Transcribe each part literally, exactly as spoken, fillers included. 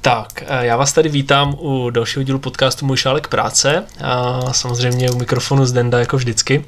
Tak, já vás tady vítám u dalšího dílu podcastu Můj šálek práce a samozřejmě u mikrofonu Zdenda jako vždycky.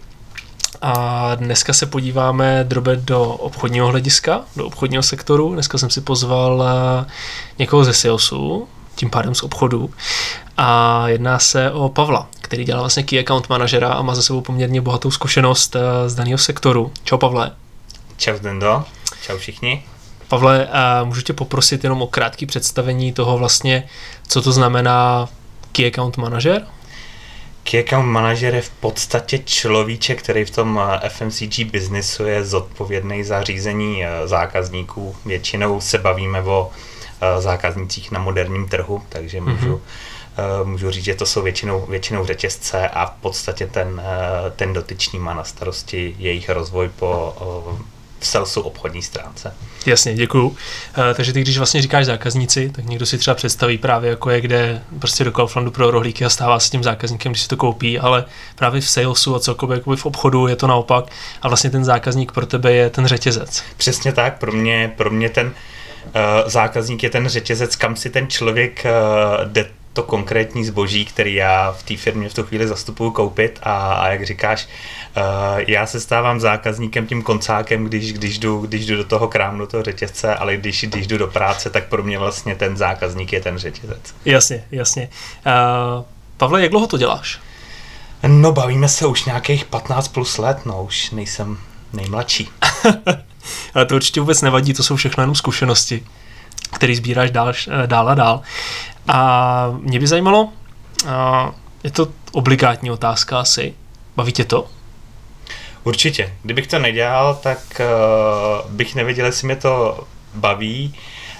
A dneska se podíváme drobe do obchodního hlediska, do obchodního sektoru. Dneska jsem si pozval někoho ze salesu, tím pádem z obchodu. A jedná se o Pavla, který dělá vlastně key account manažera a má za sebou poměrně bohatou zkušenost z daného sektoru. Čau Pavle. Čau Zdendo, čau všichni. Pavle, můžu tě poprosit jenom o krátké představení toho vlastně, co to znamená key account manažer? Key account manažer je v podstatě človíček, který v tom F M C G biznisu je zodpovědný za řízení zákazníků. Většinou se bavíme o zákaznících na moderním trhu, takže můžu, mm-hmm. můžu říct, že to jsou většinou, většinou řetězce a v podstatě ten, ten dotyčný má na starosti jejich rozvoj po v salesu obchodní stránce. Jasně, děkuju. Uh, takže ty, když vlastně říkáš zákazníci, tak někdo si třeba představí právě jako je, kde prostě do Kauflandu pro rohlíky a stává se tím zákazníkem, když si to koupí, ale právě v salesu a celkově jakoby v obchodu je to naopak a vlastně ten zákazník pro tebe je ten řetězec. Přesně tak, pro mě, pro mě ten uh, zákazník je ten řetězec, kam si ten člověk uh, jde to konkrétní zboží, který já v té firmě v tu chvíli zastupuju koupit a, a jak říkáš, uh, já se stávám zákazníkem, tím koncákem, když, když, jdu, když jdu do toho krámu, do toho řetězce, ale když, když jdu do práce, tak pro mě vlastně ten zákazník je ten řetězec. Jasně, jasně. Uh, Pavle, jak dlouho to děláš? No, bavíme se už nějakých patnáct plus let, no už nejsem nejmladší. Ale to určitě vůbec nevadí, to jsou všechno jenom zkušenosti, které sbíráš dál, dál a dál. A mě by zajímalo, je to obligátní otázka asi, baví tě to? Určitě. Kdybych to nedělal, tak uh, bych nevěděl, jestli mě to baví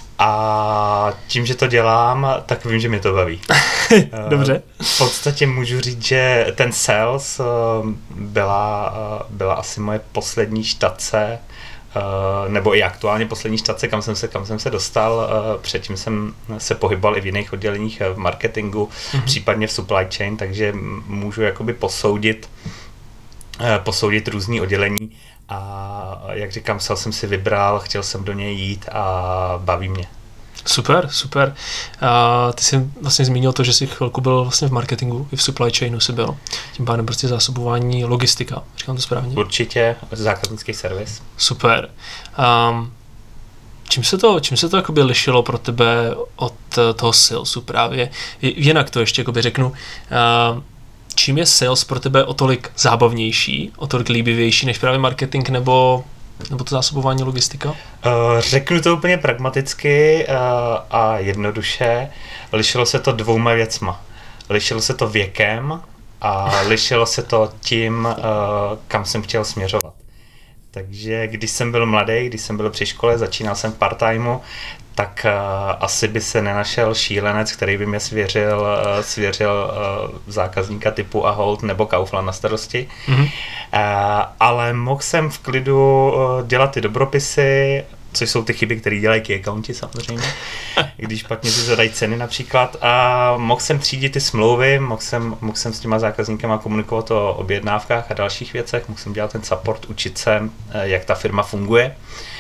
a tím, že to dělám, tak vím, že mě to baví. Dobře. Uh, v podstatě můžu říct, že ten sales uh, byla, uh, byla asi moje poslední štace, Uh, nebo i aktuálně poslední štace, kam jsem se, kam jsem se dostal. Uh, předtím jsem se pohyboval i v jiných odděleních v marketingu, mm-hmm. případně v supply chain, takže můžu jakoby posoudit, uh, posoudit různý oddělení a jak říkám, sales jsem si vybral, chtěl jsem do něj jít a baví mě. Super, super. A ty jsi vlastně zmínil to, že jsi chvilku byl vlastně v marketingu, i v supply chainu jsi byl. Tím pádem prostě zásobování, logistika. Říkám to správně? Určitě, zákaznický servis. Super. Um, čím se to, čím se to jakoby lišilo pro tebe od toho salesu právě? Jinak to ještě jakoby řeknu. Uh, čím je sales pro tebe o tolik zábavnější, o tolik líbivější než právě marketing nebo nebo to zásobování logistika? Uh, řeknu to úplně pragmaticky uh, a jednoduše. Lišilo se to dvouma věcma. Lišilo se to věkem a lišilo se to tím, uh, kam jsem chtěl směřovat. Takže když jsem byl mladý, když jsem byl při škole, začínal jsem v part-timeu, tak uh, asi by se nenašel šílenec, který by mě svěřil, uh, svěřil uh, zákazníka typu Ahold nebo Kaufland na starosti. Mm-hmm. Uh, ale mohl jsem v klidu uh, dělat ty dobropisy, což jsou ty chyby, které dělají key accounti samozřejmě, když špatně si zadají ceny například. A mohl jsem třídit ty smlouvy, mohl jsem, mohl jsem s těma zákazníkama komunikovat o objednávkách a dalších věcech, mohl jsem dělat ten support, učit se, uh, jak ta firma funguje.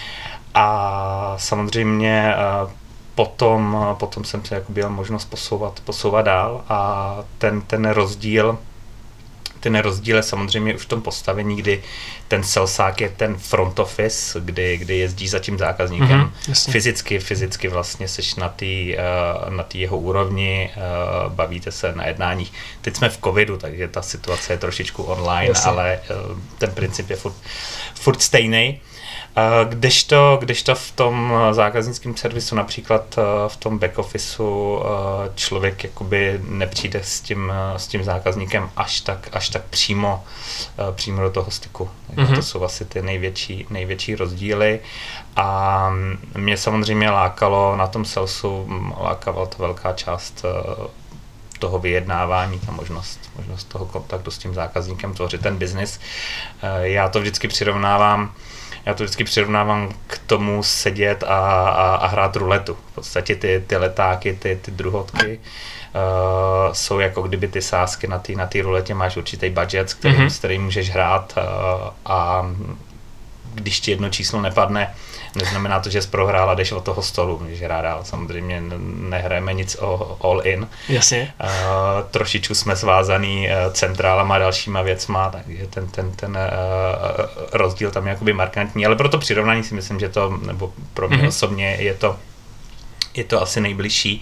A samozřejmě potom, potom jsem se jakoby měl možnost posouvat, posouvat dál a ten, ten rozdíl ten rozdíl je samozřejmě už v tom postavení, kdy ten salesák je ten front office, kdy, kdy jezdí za tím zákazníkem mm-hmm, fyzicky, fyzicky vlastně seš na té na té jeho úrovni, bavíte se na jednáních. Teď jsme v covidu, takže ta situace je trošičku online, jasně. Ale ten princip je furt, furt stejný. Kdežto, kdežto v tom zákaznickém servisu, například v tom back officeu, člověk jakoby nepřijde s tím, s tím zákazníkem až tak, až tak přímo, přímo do toho styku. Mm-hmm. To jsou asi ty největší, největší rozdíly. A mě samozřejmě lákalo na tom salesu, lákala ta velká část toho vyjednávání, ta možnost, možnost toho kontaktu s tím zákazníkem, tvořit ten biznis. Já to vždycky přirovnávám Já to vždycky přirovnávám k tomu sedět a, a, a hrát ruletu. V podstatě ty, ty letáky, ty, ty druhotky uh, jsou jako kdyby ty sázky na té na té ruletě, máš určitý budget, s kterým, mm-hmm. s kterým můžeš hrát uh, a když ti jedno číslo nepadne, Neznamená to, že jsi prohrál a jdeš od toho stolu, když hrá dál. Samozřejmě nehrajeme nic o all in. Jasně. Uh, trošičku jsme svázaný uh, centrálama a dalšíma věcma, takže ten, ten, ten uh, rozdíl tam je jakoby markantní, ale pro to přirovnání si myslím, že to, nebo pro mě mm-hmm. osobně je to je to asi nejbližší.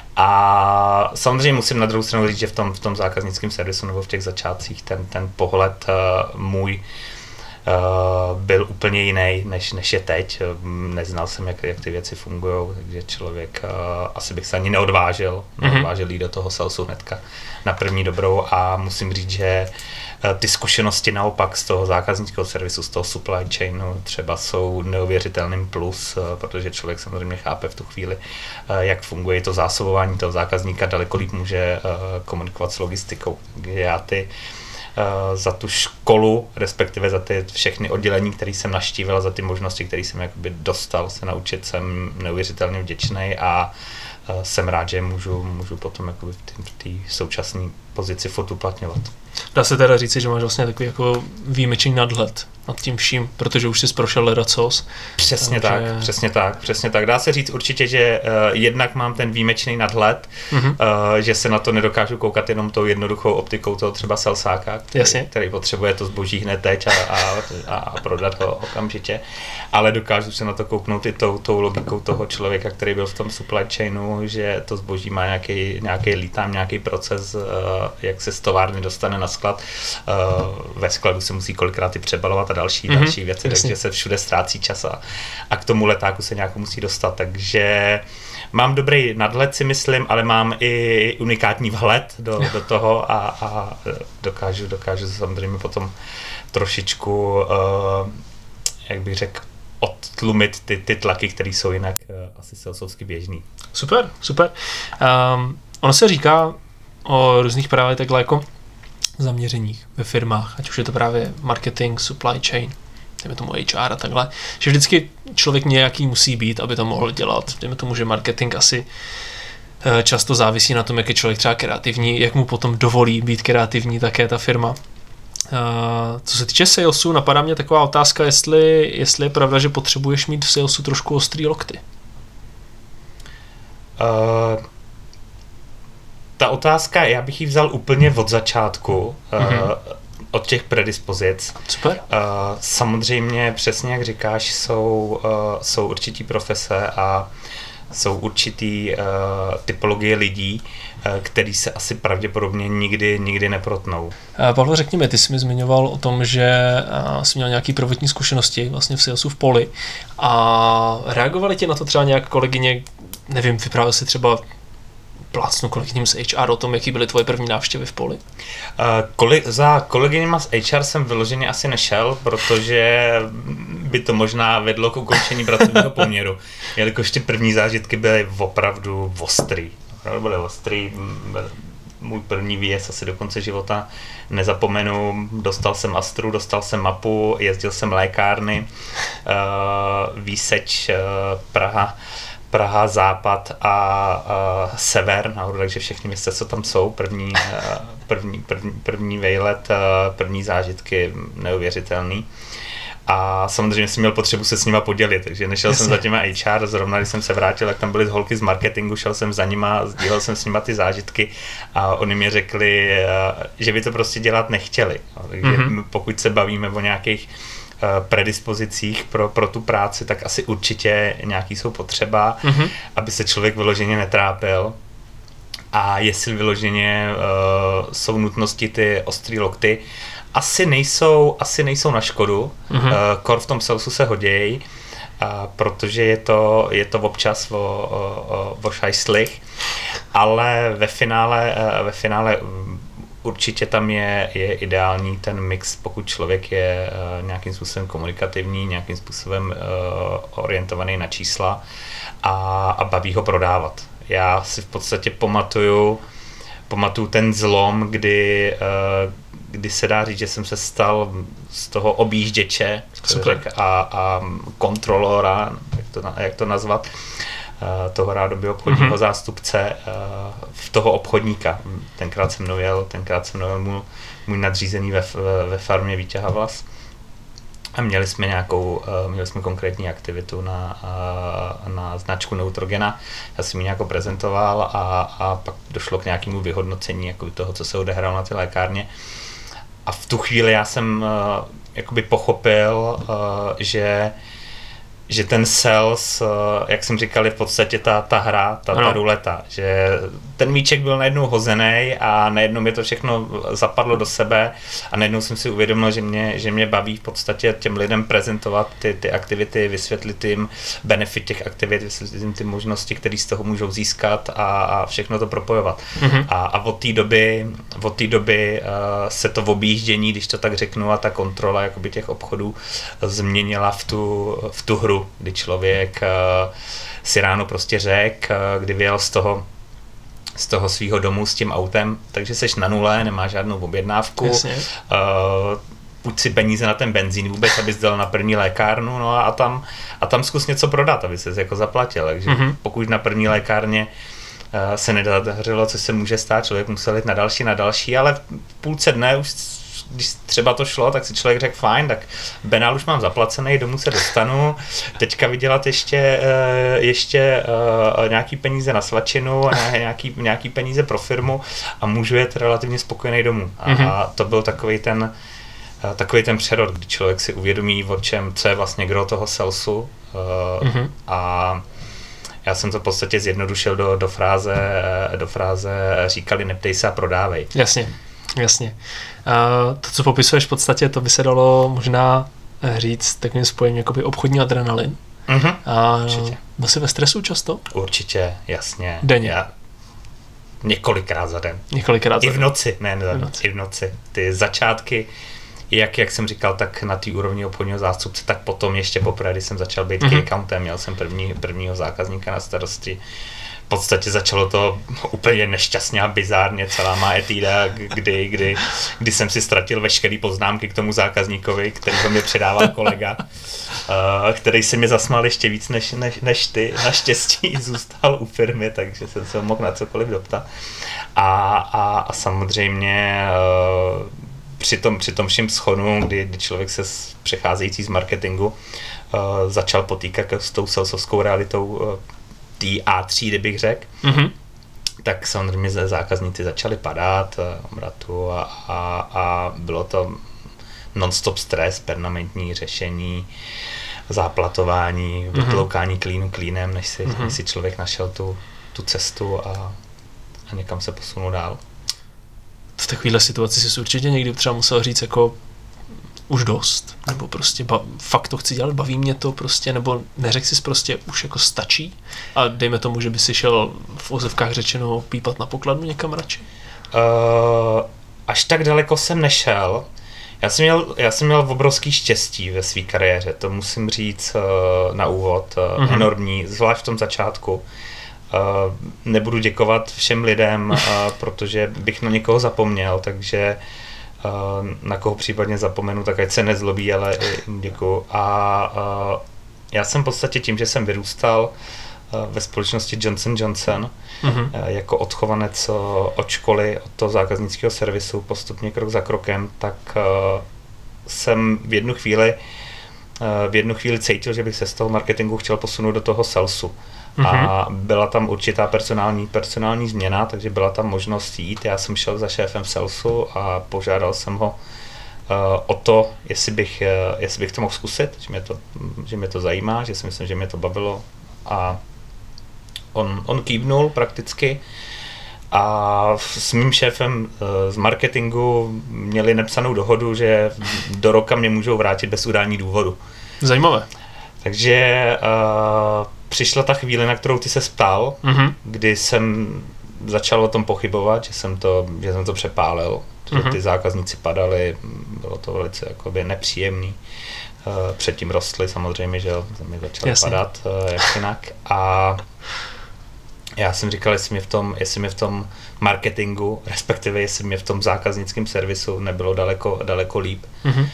A samozřejmě musím na druhou stranu říct, že v tom, v tom zákaznickém servisu nebo v těch začátcích ten, ten pohled uh, můj uh, byl úplně jiný, než, než je teď. Neznal jsem, jak, jak ty věci fungují, takže člověk, uh, asi bych se ani neodvážil, mm-hmm. neodvážil jít do toho salesu hnedka na první dobrou a musím říct, že ty zkušenosti naopak z toho zákaznického servisu, z toho supply chainu třeba jsou neuvěřitelným plus, protože člověk samozřejmě chápe v tu chvíli, jak funguje to zásobování toho zákazníka, daleko líp může komunikovat s logistikou. Já ty za tu školu, respektive za ty všechny oddělení, které jsem navštívil, za ty možnosti, které jsem jakoby dostal se naučit, jsem neuvěřitelně vděčný a jsem rád, že můžu, můžu potom jakoby v té současné pozici furt uplatňovat. Dá se teda říci, že máš vlastně takový jako výjimečný nadhled nad tím vším, protože už jsi prošel ledacos. Přesně takže... tak, přesně tak, přesně tak. Dá se říct určitě, že uh, jednak mám ten výjimečný nadhled, mm-hmm. uh, že se na to nedokážu koukat jenom tou jednoduchou optikou toho třeba salesáka, který, který potřebuje to zboží hned teď a, a, a prodat ho okamžitě, ale dokážu se na to kouknout i tou, tou logikou toho člověka, který byl v tom supply chainu, že to zboží má nějaký, nějaký lead time, nějaký proces, uh, jak se z továrny dostane na sklad. Uh, ve skladu se musí kolikrát i přebalovat a další, mm-hmm, další věci, jasně. Takže se všude ztrácí čas a, a k tomu letáku se nějak musí dostat, takže mám dobrý nadhled, si myslím, ale mám i unikátní vhled do, do toho a, a dokážu, dokážu samozřejmě potom trošičku, uh, jak bych řekl, odtlumit ty, ty tlaky, které jsou jinak uh, asi salesovsky běžný. Super, super. Um, ono se říká o různých právě takhle jako zaměřeních ve firmách, ať už je to právě marketing, supply chain, dejme tomu H R a takhle, že vždycky člověk nějaký musí být, aby to mohl dělat. Dejme tomu, že marketing asi často závisí na tom, jak je člověk třeba kreativní, jak mu potom dovolí být kreativní také ta firma. Co se týče salesu, napadá mě taková otázka, jestli, jestli je pravda, že potřebuješ mít v salesu trošku ostrý lokty. Uh... Ta otázka, já bych ji vzal úplně od začátku, mm-hmm. uh, od těch predispozic. Super. Uh, samozřejmě, přesně jak říkáš, jsou, uh, jsou určitý profese a jsou určitý uh, typologie lidí, uh, který se asi pravděpodobně nikdy, nikdy neprotnou. Uh, Pavle, řekni mi, ty jsi mi zmiňoval o tom, že uh, jsi měl nějaký prvotní zkušenosti vlastně v salesu v poli a reagovali tě na to třeba nějak kolegyně, nevím, vyprávěl si třeba plácnu kolegyním z H R o tom, jaký byly tvoje první návštěvy v poli? Uh, kole- za kolegyněma z H R jsem vyloženě asi nešel, protože by to možná vedlo k ukončení pracovního poměru, jelikož ty první zážitky byly opravdu ostrý. Opravdu byly ostrý. Můj první výjezd asi do konce života nezapomenu. Dostal jsem Astru, dostal jsem mapu, jezdil jsem lékárny, uh, Výseč, uh, Praha, Praha, Západ a, a Sever, nahoru, takže všechny města, co tam jsou, první, první, první, první vejlet, první zážitky neuvěřitelný. A samozřejmě jsem měl potřebu se s nima podělit, takže nešel Jasně. jsem za těma H R, zrovna když jsem se vrátil, jak tam byly holky z marketingu, šel jsem za nima, sdílel jsem s nima ty zážitky a oni mi řekli, že by to prostě dělat nechtěli. Takže mm-hmm. pokud se bavíme o nějakých predispozicích pro, pro tu práci, tak asi určitě nějaký jsou potřeba, mm-hmm. aby se člověk vyloženě netrápil. A jestli vyloženě uh, jsou nutnosti ty ostrý lokty, asi nejsou, asi nejsou na škodu. Mm-hmm. Uh, kor v tom salesu se hodějí, uh, protože je to, je to občas o, o, o šajslích, ale ve finále, uh, ve finále um, určitě tam je, je ideální ten mix, pokud člověk je uh, nějakým způsobem komunikativní, nějakým způsobem uh, orientovaný na čísla a, a baví ho prodávat. Já si v podstatě pamatuju, pamatuju ten zlom, kdy, uh, kdy se dá říct, že jsem se stal z toho objížděče a, a kontrolora, jak to, jak to nazvat, uh, toho rádoby obchodního mm-hmm. zástupce, uh, v toho obchodníka. Tenkrát se mnou jel, tenkrát se mnou jel můj, můj nadřízený ve, ve farmě Vítěha Vlas. A měli jsme nějakou, měli jsme konkrétní aktivitu na, na značku Neutrogena. Já jsem ji nějak prezentoval a, a pak došlo k nějakému vyhodnocení jako toho, co se odehrálo na té lékárně. A v tu chvíli já jsem jakoby pochopil, že že ten sales, jak jsem říkal, je v podstatě ta, ta hra, ta, ta ruleta, že ten míček byl najednou hozený a najednou mi to všechno zapadlo do sebe a najednou jsem si uvědomil, že mě, že mě baví v podstatě těm lidem prezentovat ty, ty aktivity, vysvětlit jim benefit těch aktivit, vysvětlit jim ty možnosti, které z toho můžou získat a, a všechno to propojovat. Mm-hmm. A, a od té doby, od té doby uh, se to objíždění, když to tak řeknu, a ta kontrola jakoby těch obchodů změnila v tu, v tu hru, kdy člověk uh, si ráno prostě řekl, uh, kdy vyjel z toho z toho svého domu s tím autem, takže seš na nule, nemáš žádnou objednávku, uh, půjď si peníze na ten benzín vůbec, abys dal na první lékárnu, no a tam, a tam zkus něco prodat, aby ses jako zaplatil, takže mm-hmm. pokud na první lékárně uh, se nedařilo, co se může stát, člověk musel jít na další, na další, ale v půlce dne už když třeba to šlo, tak si člověk řekl fajn, tak Benál už mám zaplacený, domů se dostanu, teďka vydělat ještě, ještě nějaký peníze na svačinu a nějaký, nějaký peníze pro firmu a můžu jet relativně spokojený domů. A mm-hmm. to byl takový ten, takový ten přerod, kdy člověk si uvědomí, o čem, co je vlastně gro toho salesu mm-hmm. a já jsem to v podstatě zjednodušil do, do fráze, do fráze říkali neptej se a prodávej. Jasně. Jasně. Uh, to, co popisuješ v podstatě, to by se dalo možná říct takovým spojením jakoby obchodní adrenalin. Mm-hmm. Uh, Určitě. Byl jsi ve stresu často? Určitě, jasně. Denně? Já, několikrát za den. Několikrát I za v noci, ne, ne, v noci. I v noci. Ty začátky, jak, jak jsem říkal, tak na té úrovni obchodního zástupce, tak potom ještě poprvé, když jsem začal být mm-hmm. key accountem, měl jsem první, prvního zákazníka na starosti. V podstatě začalo to úplně nešťastně a bizárně, celá má etída, kdy, kdy, kdy jsem si ztratil veškeré poznámky k tomu zákazníkovi, který ho mi předával kolega, uh, který se mi zasmál ještě víc než, než, než ty. Naštěstí zůstal u firmy, takže jsem se mohl na cokoliv doptat. A, a, a samozřejmě uh, při tom, při tom všem schonu, kdy, kdy člověk se z, přecházející z marketingu uh, začal potýkat s tou salesovskou realitou, uh, tý á tří, bych řekl, mm-hmm. tak samozřejmě zákazníci začali padat obratu a, a, a bylo to non-stop stres, permanentní řešení, záplatování, mm-hmm. vytloukání klínu klínem, než si, mm-hmm. než si člověk našel tu, tu cestu a, a někam se posunul dál. V takovéhle situaci jsi určitě někdy třeba musel říct jako už dost, nebo prostě ba- fakt to chci dělat, baví mě to prostě, nebo neřekl jsi prostě už jako stačí a dejme tomu, že by si šel v ozevkách řečeno pípat na pokladnu někam radši? Uh, až tak daleko jsem nešel. Já jsem měl, já jsem měl obrovský štěstí ve své kariéře, to musím říct uh, na úvod, uh, mm-hmm. enormní, zvlášť v tom začátku. Uh, nebudu děkovat všem lidem, uh, protože bych na někoho zapomněl, takže na koho případně zapomenu, tak ať se nezlobí, ale děkuju. A uh, já jsem v podstatě tím, že jsem vyrůstal uh, ve společnosti Johnson and Johnson mm-hmm. uh, jako odchovanec uh, od školy, od toho zákaznického servisu, postupně krok za krokem, tak uh, jsem v jednu chvíli uh, v jednu chvíli cítil, že bych se z toho marketingu chtěl posunout do toho salesu. A byla tam určitá personální, personální změna, takže byla tam možnost jít. Já jsem šel za šéfem salesu a požádal jsem ho uh, o to, jestli bych, uh, jestli bych to mohl zkusit, že mě to, že mě to zajímá, že si myslím, že mě to bavilo. A on, on kývnul prakticky a s mým šéfem uh, z marketingu měli nepsanou dohodu, že do roka mě můžou vrátit bez udání důvodu. Zajímavé. Takže uh, přišla ta chvíle, na kterou ty se ptal, mm-hmm. kdy jsem začal o tom pochybovat, že jsem to, že jsem to přepálil, že mm-hmm. ty zákazníci padali, bylo to velice jakoby nepříjemný. Uh, předtím rostly samozřejmě, že mi začaly Jasně. padat, uh, jak jinak. A já jsem říkal, jestli mě v tom, jestli mě v tom marketingu, respektive jestli mě v tom zákaznickém servisu nebylo daleko, daleko líp. Mm-hmm.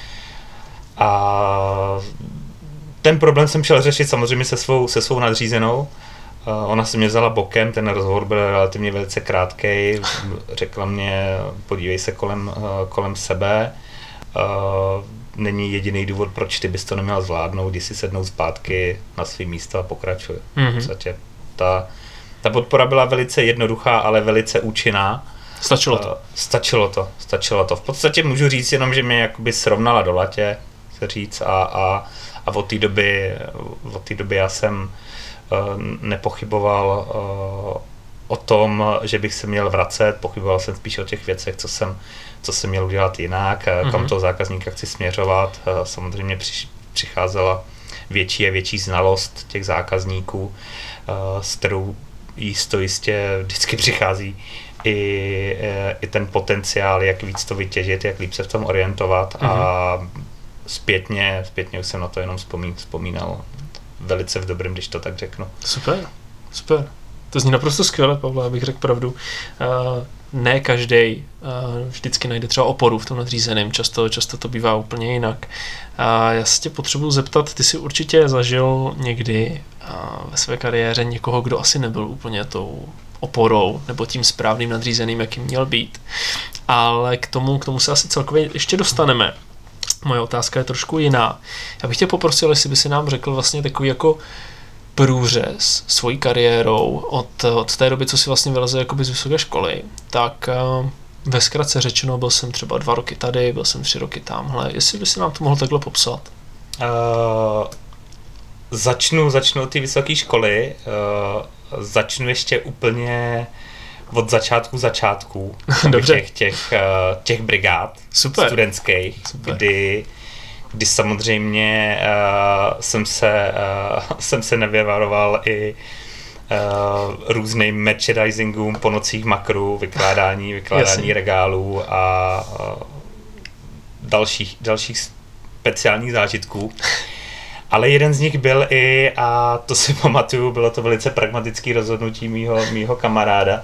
A ten problém jsem šel řešit samozřejmě se svou, se svou nadřízenou. Uh, ona se mě vzala bokem, ten rozhovor byl relativně velice krátkej. Řekla mě, podívej se kolem, uh, kolem sebe. Uh, není jediný důvod, proč ty bys to neměl zvládnout, když si sednou zpátky na svý místo a pokračuje. Mm-hmm. V podstatě ta, ta podpora byla velice jednoduchá, ale velice účinná. Stačilo to? Uh, stačilo to, stačilo to. V podstatě můžu říct jenom, že mě jakoby srovnala do latě, se říct, a, a, a od té doby, od té doby já jsem uh, nepochyboval uh, o tom, že bych se měl vracet, pochyboval jsem spíš o těch věcech, co jsem, co jsem měl udělat jinak, mm-hmm. kam toho zákazníka chci směřovat. Uh, samozřejmě při, přicházela větší a větší znalost těch zákazníků, uh, s kterou jisto jistě vždycky přichází I, i ten potenciál, jak víc to vytěžit, jak líp se v tom orientovat mm-hmm. a zpětně, zpětně už jsem na to jenom vzpomín, vzpomínal velice v dobrém, když to tak řeknu. Super, super. To zní naprosto skvěle, Pavle, abych řekl pravdu. Uh, ne každý uh, vždycky najde třeba oporu v tom nadřízeném, často, často to bývá úplně jinak. A uh, já se tě potřebuji zeptat, ty jsi určitě zažil někdy uh, ve své kariéře někoho, kdo asi nebyl úplně tou oporou nebo tím správným nadřízeným, jakým měl být. Ale k tomu, k tomu se asi celkově ještě dostaneme. Moje otázka je trošku jiná. Já bych tě poprosil, jestli by si nám řekl vlastně takový jako průřez svojí kariérou od, od té doby, co si vlastně vylezl jakoby z vysoké školy, tak uh, ve zkratce řečeno byl jsem třeba dva roky tady, byl jsem tři roky tamhle. Jestli by si nám to mohl takhle popsat? Uh, začnu, začnu od té vysoké školy. Uh, začnu ještě úplně od začátku začátku těch, těch, těch brigád Super. studentských, Super. kdy kdy samozřejmě uh, jsem se uh, jsem se nevyvaroval i uh, různým merchandisingům po nocích makru, vykládání, vykládání Jasně. regálů a uh, dalších, dalších speciálních zážitků. Ale jeden z nich byl i, a to si pamatuju, bylo to velice pragmatické rozhodnutí mýho, mýho kamaráda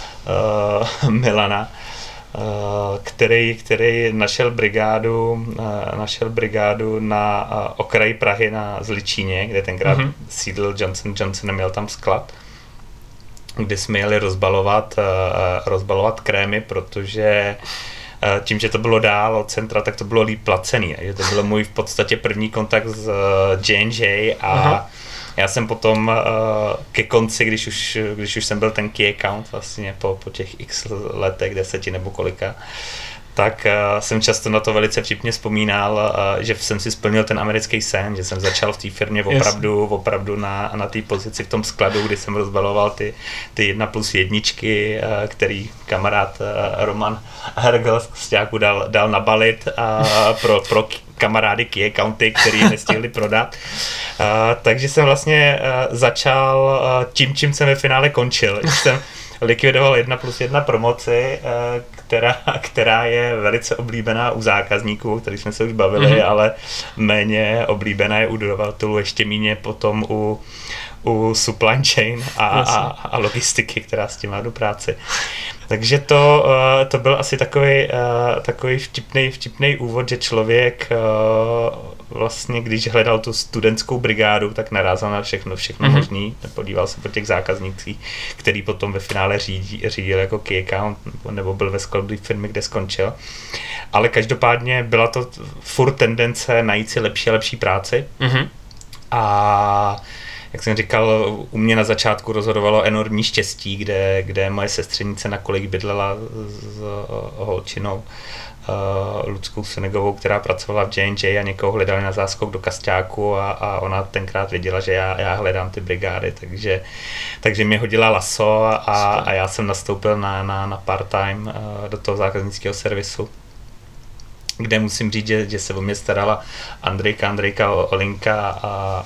uh, Milana, uh, který, který našel brigádu, uh, našel brigádu na uh, okraji Prahy na Zličíně, kde tenkrát mm-hmm. sídlil Johnson Johnson, měl tam sklad, kde jsme jeli rozbalovat, uh, rozbalovat krémy, protože tím, že to bylo dál od centra, tak to bylo líp placený. Takže to byl můj v podstatě první kontakt s J and J a Aha. já jsem potom ke konci, když už, když už jsem byl ten key account vlastně po, po těch x letech, deseti nebo kolika, tak uh, jsem často na to velice vtipně vzpomínal, uh, že jsem si splnil ten americký sen, že jsem začal v té firmě opravdu, yes. opravdu na, na té pozici v tom skladu, kdy jsem rozbaloval ty, ty jedna plus jedničky, uh, který kamarád uh, Roman Hergel z Kosťáku dal, dal nabalit uh, pro, pro kamarády key accounty, který nestihli prodat. Uh, takže jsem vlastně uh, začal uh, tím, čím jsem ve finále končil. Jsem likvidoval jedna plus jedna promoci, která, která je velice oblíbená u zákazníků, o kterých jsme se už bavili, mm-hmm. ale méně oblíbená je u dodavatelů, ještě méně potom u, u supply chain a, a, a logistiky, která s tím má do práci. Takže to, to byl asi takový, takový vtipný, vtipný úvod, že člověk vlastně, když hledal tu studentskou brigádu, tak narázal na všechno, všechno mm-hmm. možný, podíval se po těch zákaznících, který potom ve finále řídí, řídil jako key account, nebo byl ve skladové firmy, kde skončil. Ale každopádně byla to furt tendence najít si lepší a lepší práci. Mm-hmm. A jak jsem říkal, u mě na začátku rozhodovalo enormní štěstí, kde, kde moje sestřenice na kolik bydlela s, s holčinou uh, Ludskou Senegovou, která pracovala v J and J a někoho hledali na záskok do Kasťáku a, a ona tenkrát věděla, že já, já hledám ty brigády, takže, takže mě hodila laso a, a já jsem nastoupil na, na, na part-time uh, do toho zákaznického servisu, kde musím říct, že, že se o mě starala Andrejka, Andrejka Olinka a, a,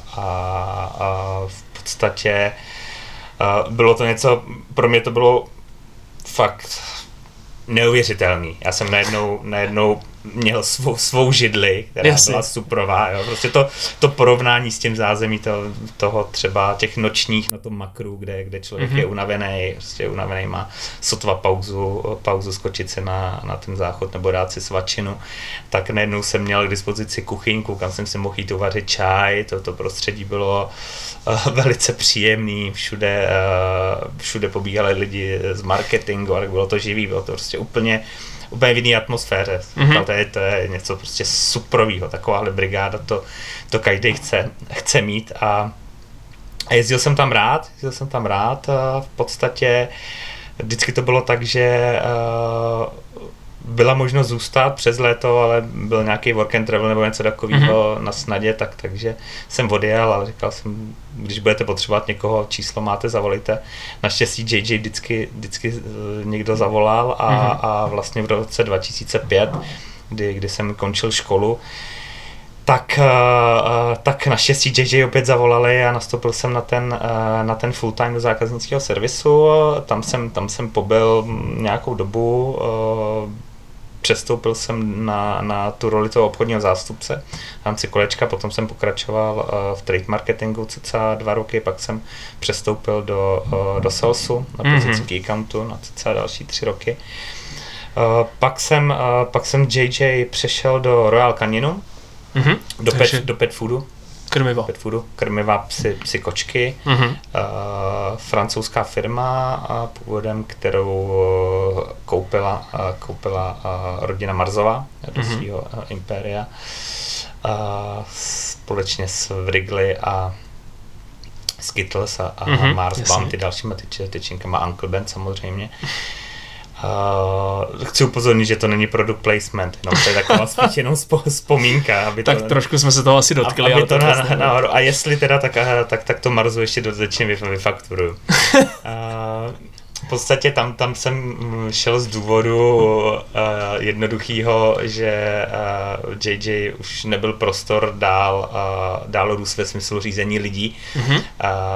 a v podstatě a bylo to něco, pro mě to bylo fakt neuvěřitelný. Já jsem najednou, najednou měl svou, svou židli, která Jasně. byla suprová. Jo. Prostě to, to porovnání s tím zázemí to, toho třeba těch nočních na tom makru, kde, kde člověk mm-hmm. je unavený, prostě unavený, má sotva pauzu, pauzu skočit si na, na ten záchod nebo dát si svačinu, tak najednou jsem měl k dispozici kuchyňku, kam jsem si mohl jít uvařit čaj, to, to prostředí bylo uh, velice příjemný, všude, uh, všude pobíhali lidi z marketingu, ale bylo to živý, bylo to prostě úplně úplně v jiné atmosféře. Mm-hmm. To je, to je něco prostě superovýho, takováhle brigáda, to, to každý chce, chce mít a, a jezdil jsem tam rád, jezdil jsem tam rád a v podstatě vždycky to bylo tak, že uh, byla možnost zůstat přes léto, ale byl nějaký work and travel nebo něco takového mm-hmm. na snadě, tak, takže jsem odjel, ale říkal jsem, když budete potřebovat někoho, číslo máte, zavolejte. Naštěstí J J vždycky, vždycky někdo zavolal a, mm-hmm. a vlastně v roce dva tisíce pět, kdy, kdy jsem končil školu, tak, uh, tak naštěstí J J opět zavolali a nastoupil jsem na ten, uh, na ten full time do zákaznického servisu. Tam jsem, tam jsem pobyl nějakou dobu, uh, přestoupil jsem na, na tu roli toho obchodního zástupce v rámci kolečka, potom jsem pokračoval uh, v trade marketingu cca dva roky, pak jsem přestoupil do, uh, do salesu na pozici mm-hmm. key accountu na cca další tři roky. Uh, pak, jsem, uh, pak jsem J J přešel do Royal Canyonu, mm-hmm. do, pet, do pet foodu. Krmiva. Pet foodu, krmiva psy, psy kočky. Mm-hmm. Uh, francouzská firma uh, původem, kterou uh, koupila, uh, koupila uh, rodina Marzova do mm-hmm. svého uh, impéria. Uh, společně s Wrigley a Skittles a, a mm-hmm. Mars Bounty, dalšíma tyč, tyčinkama, Uncle Ben samozřejmě. Uh, chci upozornit, že to není product placement, jenom to je taková spíš jenom spo, vzpomínka. Aby tak to, trošku jsme se toho asi dotkli. Aby to na, na, na, a jestli teda, tak, tak, tak to Marzu ještě dodatečně vyfakturuju. uh, v podstatě tam, tam jsem šel z důvodu uh, jednoduchého, že uh, J J už nebyl prostor dál, uh, dál růst ve smyslu řízení lidí. Mm-hmm. Uh,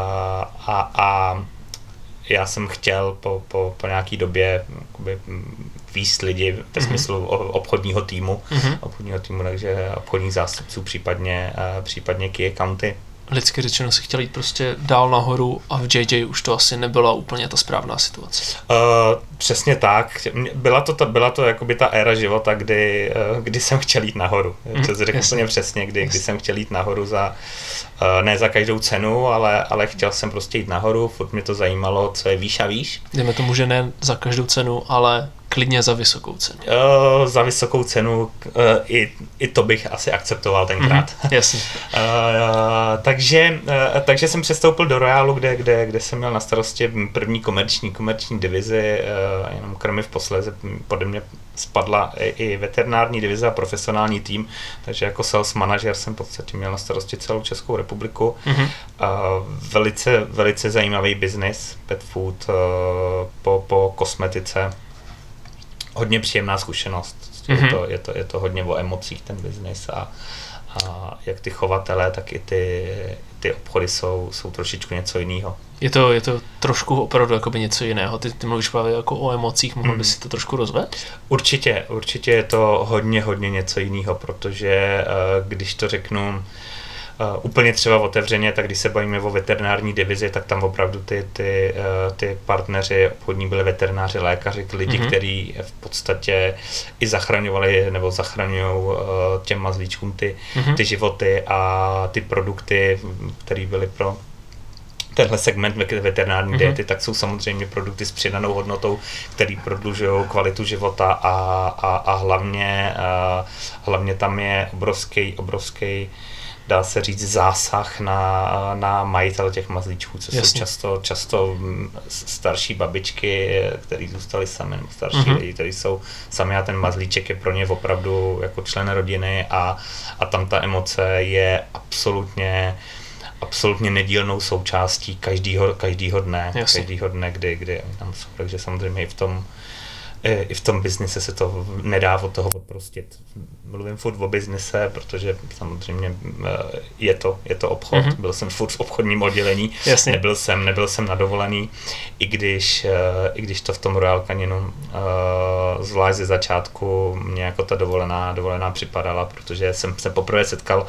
a, a já jsem chtěl po, po, po nějaký době jakoby, víst lidi ve mm-hmm. smyslu obchodního týmu, mm-hmm. obchodního týmu, takže obchodních zástupců, případně, uh, případně key accounty. Lidsky řečeno si chtěl jít prostě dál nahoru a v J J už to asi nebyla úplně ta správná situace. Uh, přesně tak. Byla to, ta, byla to jakoby ta éra života, kdy, uh, kdy jsem chtěl jít nahoru. Mm, to řekl úplně přesně, kdy, kdy jsem chtěl jít nahoru za, uh, ne za každou cenu, ale, ale chtěl jsem prostě jít nahoru, furt mě to zajímalo, co je výš a výš. Dejme tomu, že ne za každou cenu, ale klidně za vysokou cenu. Uh, za vysokou cenu uh, i, i to bych asi akceptoval tenkrát. Mm-hmm, jasně. uh, uh, takže, uh, takže jsem přestoupil do Royalu, kde, kde, kde jsem měl na starosti první komerční, komerční divizi, uh, jenom krmiv posléze pode mě spadla i, i veterinární divize a profesionální tým, takže jako sales manažer jsem v podstatě měl na starosti celou Českou republiku. Mm-hmm. Uh, velice, velice zajímavý biznis, pet food, uh, po, po kosmetice. Hodně příjemná zkušenost. Mm-hmm. Je, to, je, to, je to hodně o emocích ten biznis a, a jak ty chovatele, tak i ty, ty obchody jsou, jsou trošičku něco jiného. Je to, je to trošku opravdu jakoby něco jiného. Ty, ty mluvíš právě jako o emocích, mohl mm. bys si to trošku rozvést? Určitě, určitě je to hodně, hodně něco jiného, protože když to řeknu Uh, úplně třeba otevřeně, tak když se bavíme o veterinární divizi, tak tam opravdu ty, ty, uh, ty partneři obchodní byli veterináři, lékaři, ty lidi, mm-hmm. kteří v podstatě i zachraňovali nebo zachraňují uh, těm mazlíčkům ty, mm-hmm. ty životy a ty produkty, které byly pro tenhle segment veterinární mm-hmm. diety, tak jsou samozřejmě produkty s přidanou hodnotou, které prodlužují kvalitu života a, a, a hlavně, uh, hlavně tam je obrovský, obrovský dá se říct zásah na, na majitele těch mazlíčků, co Jasně. jsou často, často starší babičky, které zůstaly sami, nebo starší mm-hmm. lidi, kteří jsou sami a ten mazlíček je pro ně opravdu jako člen rodiny a, a tam ta emoce je absolutně absolutně nedílnou součástí každýho, každýho dne, Jasně. každýho dne, kdy, kdy tam jsou, takže samozřejmě i v tom i v tom biznise se to nedá od toho odprostit. Mluvím furt o biznise, protože samozřejmě je to, je to obchod. Mm-hmm. Byl jsem furt v obchodním oddělení, Jasně. nebyl jsem, nebyl jsem na dovolený, i když, i když to v tom Royal Canyonu zvlášť ze začátku mě jako ta dovolená, dovolená připadala, protože jsem se poprvé setkal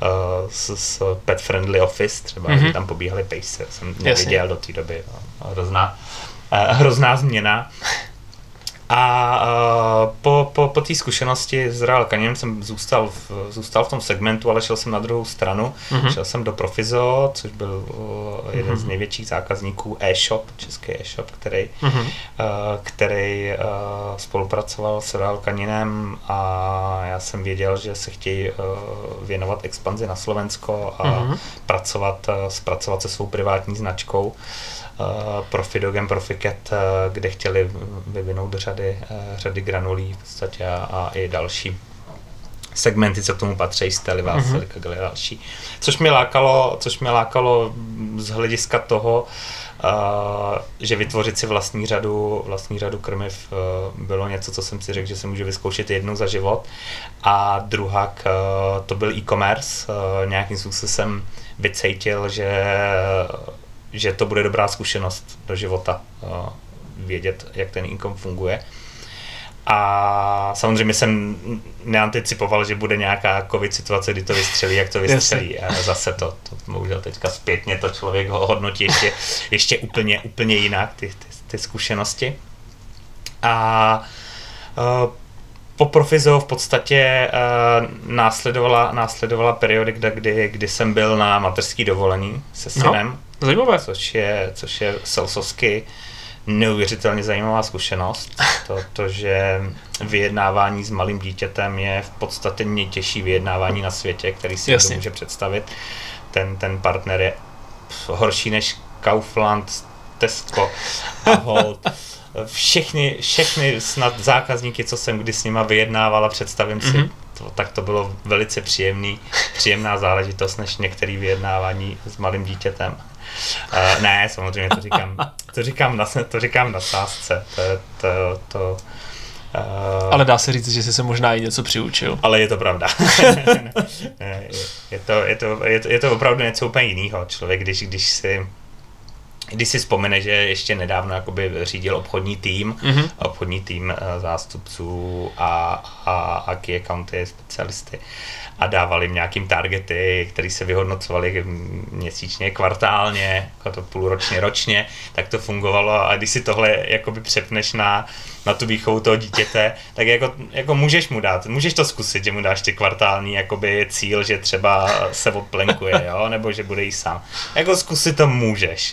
s, s Pet Friendly Office, třeba mm-hmm. tam pobíhaly pejsy, jsem neviděl do té doby. Hrozná, hrozná změna. A uh, po, po, po té zkušenosti s Royal Canyonem jsem zůstal v, zůstal v tom segmentu, ale šel jsem na druhou stranu. Mm-hmm. Šel jsem do Profizo, což byl uh, jeden mm-hmm. z největších zákazníků e-shop, český e-shop, který, mm-hmm. uh, který uh, spolupracoval s Royal Canyonem a já jsem věděl, že se chtějí uh, věnovat expanzi na Slovensko a mm-hmm. pracovat, uh, zpracovat se svou privátní značkou. Uh, Profidogem, Proficat, uh, kde chtěli vyvinout řady, uh, řady granulí v podstatě a, a i další segmenty, co k tomu patří, Steliva, mm-hmm. Silica Gel a další. Což mě lákalo, což mě lákalo z hlediska toho, uh, že vytvořit si vlastní řadu, vlastní řadu krmiv uh, bylo něco, co jsem si řekl, že se můžu vyzkoušet jednou za život. A druhak uh, to byl e-commerce. Uh, nějakým způsobem jsem vycítil, že že to bude dobrá zkušenost do života, uh, vědět, jak ten e-com funguje. A samozřejmě jsem neanticipoval, že bude nějaká covid situace, kdy to vystřelí, jak to vystřelí. A zase to, to bohužel teďka zpětně to člověk ho hodnotí ještě, ještě úplně, úplně jinak, ty, ty, ty zkušenosti. A uh, po Profizo v podstatě uh, následovala, následovala periodika, kdy, kdy jsem byl na mateřský dovolený se synem. No. Zajímavé. Což je, což je salesovsky neuvěřitelně zajímavá zkušenost. To, to, že vyjednávání s malým dítětem je v podstatě nejtěžší vyjednávání na světě, který si někdo může představit. Ten, ten partner je horší než Kaufland, Tesco a Holt. Všechny, všechny snad zákazníky, co jsem kdy s nima vyjednával a představím si, mm-hmm. to, tak to bylo velice příjemný, příjemná záležitost než některé vyjednávání s malým dítětem. Uh, ne, samozřejmě to říkám, to říkám na, to říkám na sázce. To, to, to, uh, ale dá se říct, že jsi se možná i něco přiučil. Ale je to pravda. je, je, to, je, to, je, to, je to opravdu něco úplně jiného. Člověk, když, když si Když si vzpomene, že ještě nedávno jakoby řídil obchodní tým, mm-hmm. obchodní tým zástupců a, a, a key accounty specialisty a dávali jim nějakým targety, které se vyhodnocovaly měsíčně, kvartálně, jako to půlročně, ročně, tak to fungovalo a když si tohle jakoby přepneš na, na tu výchovu toho dítěte, tak jako, jako můžeš mu dát, můžeš to zkusit, že mu dáš ty kvartální jakoby cíl, že třeba se odplenkuje, jo, nebo že bude jí sám. Jako zkusit to můžeš,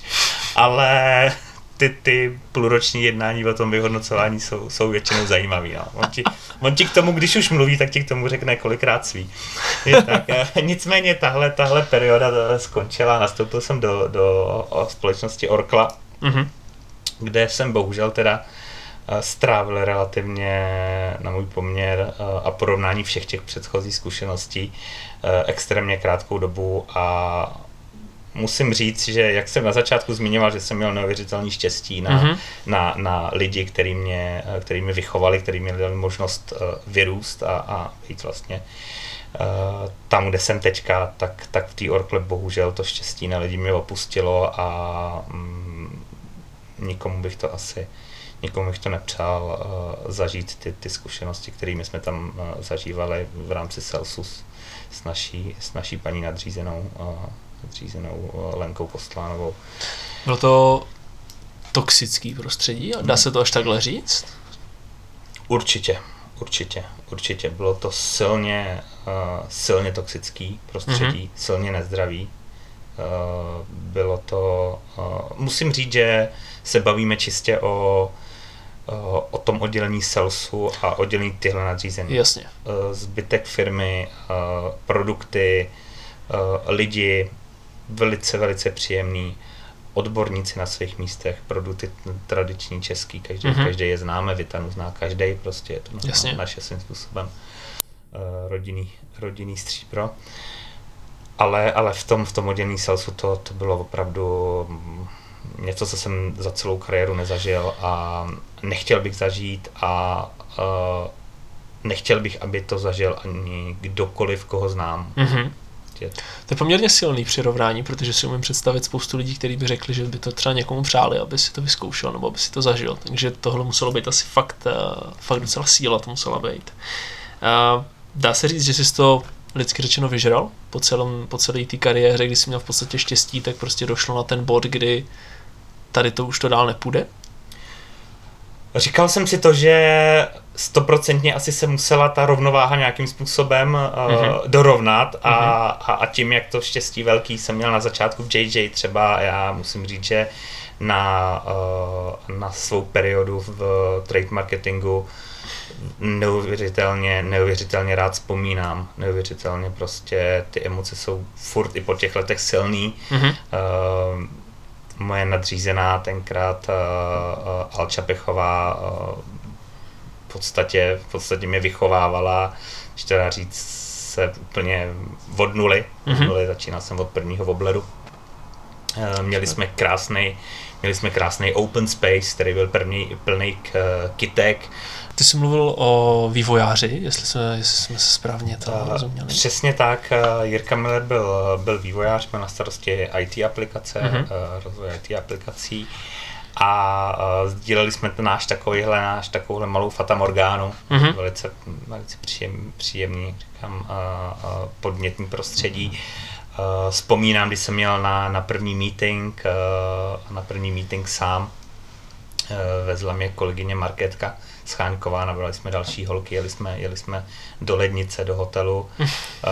ale ty, ty půlroční jednání o tom vyhodnocování jsou, jsou většinou zajímavý. No. On, ti, on ti k tomu, když už mluví, tak ti k tomu řekne kolikrát svý. Je tak, nicméně tahle, tahle perioda skončila, nastoupil jsem do, do společnosti Orkla, mm-hmm. kde jsem bohužel teda strávil relativně na můj poměr a porovnání všech těch předchozích zkušeností extrémně krátkou dobu a musím říct, že jak jsem na začátku zmiňoval, že jsem měl neuvěřitelný štěstí na, mm-hmm. na, na lidi, který mě, který mě vychovali, který mě dali možnost uh, vyrůst a, a být vlastně uh, tam, kde jsem teďka, tak, tak v té Orkle bohužel to štěstí na lidi mě opustilo a um, nikomu bych to asi nikomu bych to nepřál uh, zažít ty, ty zkušenosti, kterými jsme tam uh, zažívali v rámci Celsus s naší, s naší paní nadřízenou uh, nadřízenou Lenkou Kostlánovou. Bylo to toxický prostředí? Dá se to až takhle říct? Určitě, určitě, určitě. Bylo to silně, uh, silně toxický prostředí, mm-hmm. silně nezdravý. Uh, bylo to, uh, musím říct, že se bavíme čistě o, uh, o tom oddělení salesu a oddělení tyhle nadřízení. Jasně. Uh, zbytek firmy, uh, produkty, uh, lidi, velice, velice příjemný, odborníci na svých místech, produkty tradiční český, každý, mm-hmm. každý je známe, Vitanu zná každý, prostě je to na, naše svým způsobem uh, rodinný, rodinný stříbro. Ale, ale v tom, v tom oddělení salesu to, to bylo opravdu něco, co jsem za celou kariéru nezažil a nechtěl bych zažít a uh, nechtěl bych, aby to zažil ani kdokoliv, koho znám. Mm-hmm. To je poměrně silný přirovnání, protože si umím představit spoustu lidí, kteří by řekli, že by to třeba někomu přáli, aby si to vyzkoušel nebo aby si to zažil. Takže tohle muselo být asi fakt, fakt docela síla, to musela být. Dá se říct, že jsi to lidsky řečeno vyžral po, celém, po celé té kariéře, kdy jsi měl v podstatě štěstí, tak prostě došlo na ten bod, kdy tady to už to dál nepůjde? Říkal jsem si to, že stoprocentně asi se musela ta rovnováha nějakým způsobem mm-hmm. uh, dorovnat a, mm-hmm. a, a tím, jak to štěstí velký jsem měl na začátku v J J třeba, já musím říct, že na, uh, na svou periodu v trade marketingu neuvěřitelně, neuvěřitelně rád vzpomínám. Neuvěřitelně prostě ty emoce jsou furt i po těch letech silný. Mm-hmm. Uh, moje nadřízená tenkrát uh, uh, Alča Pechová uh, v podstatě, v podstatě mě vychovávala, když teda říct se úplně od nuly. Mm-hmm. Od nuly začínal jsem od prvního wobleru. Uh, měli jsme krásný Měli jsme krásný open space, který byl plný, plný kytek. Ty jsi mluvil o vývojáři, jestli jsme, jestli jsme se správně to uh, rozuměli. Přesně tak, Jirka Miller byl, byl vývojář, byl na starosti I T aplikace, uh-huh. uh, rozvoj I T aplikací a uh, sdíleli jsme ten náš takovýhle, náš takovouhle malou fatamorgánu, uh-huh. velice, velice příjem, příjemný, říkám, uh, uh, podnětný prostředí. Uh, vzpomínám, když jsem měl na, na první meeting, uh, na první meeting sám, uh, vezla mě kolegyně Markétka Scháňková, nabrali jsme další holky, jeli jsme, jeli jsme do Lednice, do hotelu. Uh,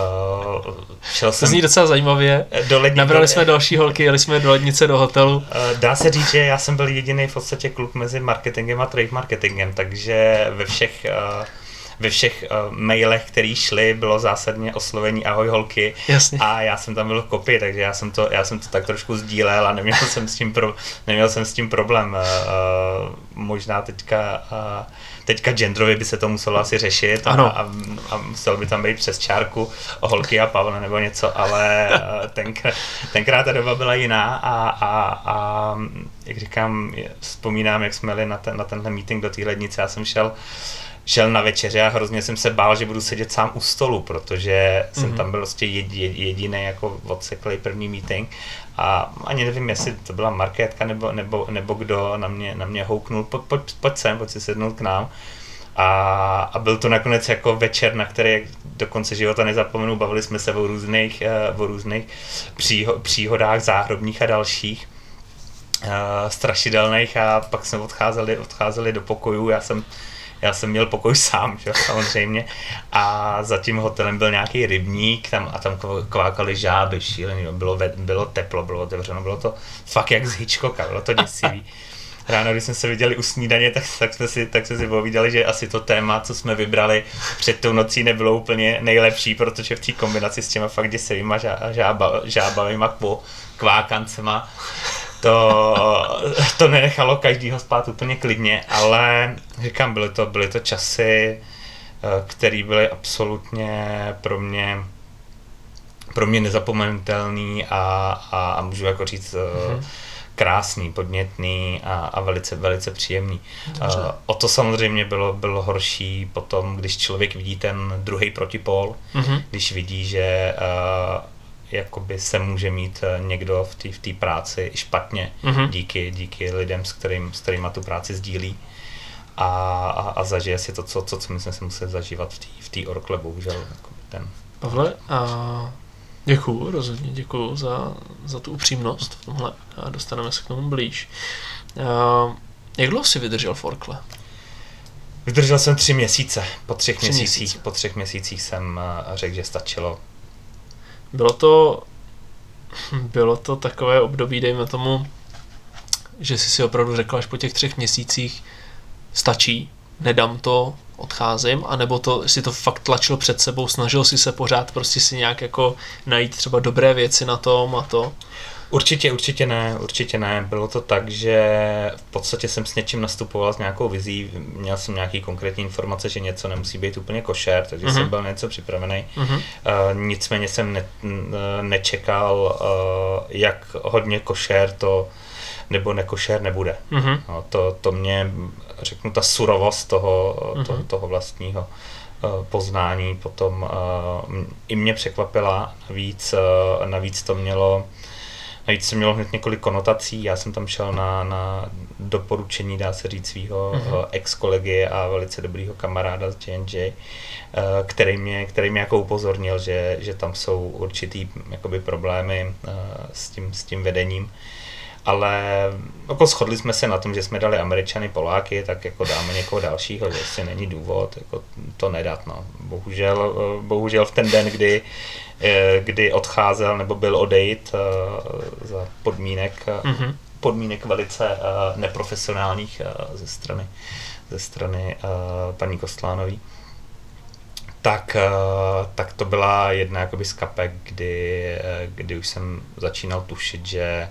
šel to jsem, zní docela zajímavě, do ledni, nabrali do, jsme další holky, jeli jsme do Lednice, do hotelu. Uh, dá se říct, že já jsem byl jediný v podstatě kluk mezi marketingem a trade marketingem, takže ve všech uh, ve všech uh, mailech, které šly, bylo zásadně oslovení ahoj holky. Jasně. A já jsem tam byl v kopii, takže já jsem to, já jsem to tak trošku sdílel a neměl jsem s tím, pro, neměl jsem s tím problém. Uh, uh, možná teďka, uh, teďka genderově by se to muselo asi řešit a, a, a muselo by tam být přes čárku o holky a Pavla nebo něco, ale uh, tenkrát, tenkrát ta doba byla jiná a, a, a jak říkám, vzpomínám, jak jsme jeli na, ten, na tenhle meeting do té Lednice, já jsem šel šel na večeře a hrozně jsem se bál, že budu sedět sám u stolu, protože mm-hmm. jsem tam byl prostě jediný jako odseklej první meeting a ani nevím, jestli to byla Markétka nebo, nebo, nebo kdo na mě, na mě houknul, pojď, pojď, pojď sem, pojď si sednout k nám. A, a byl to nakonec jako večer, na který do konce života nezapomenu, bavili jsme se o různých, o různých přího, příhodách záhrobních a dalších. Uh, strašidelných a pak jsme odcházeli, odcházeli do pokojů, já jsem Já jsem měl pokoj sám, že, samozřejmě, a za tím hotelem byl nějaký rybník tam, a tam kvákaly žáby, šílený, bylo, bylo teplo, bylo otevřeno, bylo to fakt jak z Hitchcocka, bylo to děsivý. Ráno, když jsme se viděli u snídaně, tak, tak, jsme si, tak jsme si povídali, že asi to téma, co jsme vybrali před tou nocí, nebylo úplně nejlepší, protože v té kombinaci s těma fakt děsivýma žába, žábavýma kvákancema, To, to nenechalo každýho spát úplně klidně, ale říkám, byly to, byly to časy, které byly absolutně pro mě, pro mě nezapomenutelný a, a, a můžu jako říct mm-hmm. krásný, podnětný a, a velice, velice příjemný. Dobře. O to samozřejmě bylo, bylo horší potom, když člověk vidí ten druhý protipól, mm-hmm. když vidí, že jakoby se může mít někdo v té v té práci špatně mm-hmm. díky, díky lidem, s, kterým, s kterýma tu práci sdílí a, a, a zažije si to, co, co, co my jsme si museli zažívat v té v té orkle, bohužel. Ten. Pavle, a děkuju, rozhodně děkuju za, za tu upřímnost v tomhle a dostaneme se k tomu blíž. A jak dlouho jsi vydržel v orkle? Vydržel jsem tři měsíce. Po třech, tři měsících, měsíce. po třech měsících jsem řekl, že stačilo. Bylo to, bylo to takové období, dejme tomu, že jsi si opravdu řekl až po těch třech měsících stačí, nedám to, odcházím, anebo to, si to fakt tlačil před sebou, snažil si se pořád prostě si nějak jako najít třeba dobré věci na tom a to? Určitě, určitě ne, určitě ne. Bylo to tak, že v podstatě jsem s něčím nastupoval s nějakou vizí, měl jsem nějaký konkrétní informace, že něco nemusí být úplně košer, takže uh-huh. jsem byl něco připravený. Uh-huh. Uh, nicméně jsem ne, nečekal, uh, jak hodně košer to nebo nekošer nebude. Uh-huh. No, to, to mě, řeknu, ta surovost toho, uh-huh. to, toho vlastního uh, poznání potom uh, i mě překvapila. Navíc, uh, navíc to mělo Navíc jsem měl hned několik konotací, já jsem tam šel na, na doporučení, dá se říct, svého uh-huh. ex-kolegy a velice dobrýho kamaráda z J and J, který mě, který mě jako upozornil, že, že tam jsou určitý jakoby problémy s tím, s tím vedením. ale jako shodli jsme se na tom, že jsme dali Američany, Poláky, tak jako dáme někoho dalšího, že asi není důvod jako to nedat. No. Bohužel, bohužel v ten den, kdy, kdy odcházel nebo byl odejít za podmínek, mm-hmm. podmínek velice neprofesionálních ze strany, ze strany paní Kostlánový, tak, tak to byla jedna jakoby z kapek, kdy, kdy už jsem začínal tušit, že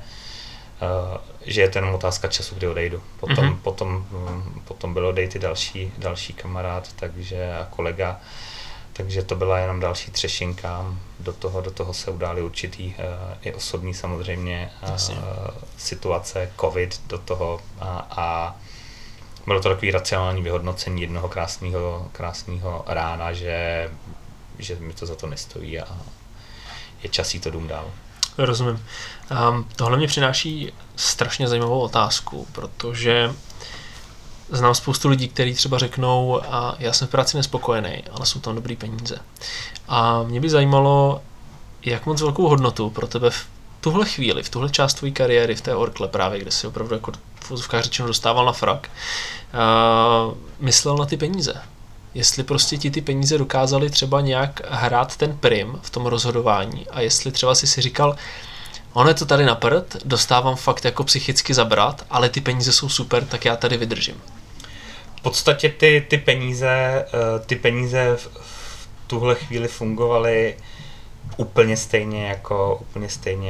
že je to jenom otázka času, kdy odejdu. Potom, mm-hmm. potom, potom byl odejít i další, další kamarád, takže a kolega, takže to byla jenom další třešinka. Do toho, do toho se udály určitý uh, i osobní samozřejmě uh, situace, covid do toho a, a bylo to takový racionální vyhodnocení jednoho krásného, krásného rána, že, že mi to za to nestojí a je čas jít to dům dál. Rozumím. Um, tohle mě přináší strašně zajímavou otázku, protože znám spoustu lidí, kteří třeba řeknou, a já jsem v práci nespokojený, ale jsou tam dobrý peníze. A mě by zajímalo, jak moc velkou hodnotu pro tebe v tuhle chvíli, v tuhle část tvojí kariéry v té Orkle právě, kde si opravdu jako v úzovkách řečeno dostával na frak, uh, myslel na ty peníze. Jestli prostě ti ty peníze dokázaly třeba nějak hrát ten prim v tom rozhodování a jestli třeba si si říkal, ono je to tady na prd, dostávám fakt jako psychicky zabrat, ale ty peníze jsou super, tak já tady vydržím. V podstatě ty, ty peníze, ty peníze v, v tuhle chvíli fungovaly úplně stejně jako, úplně stejně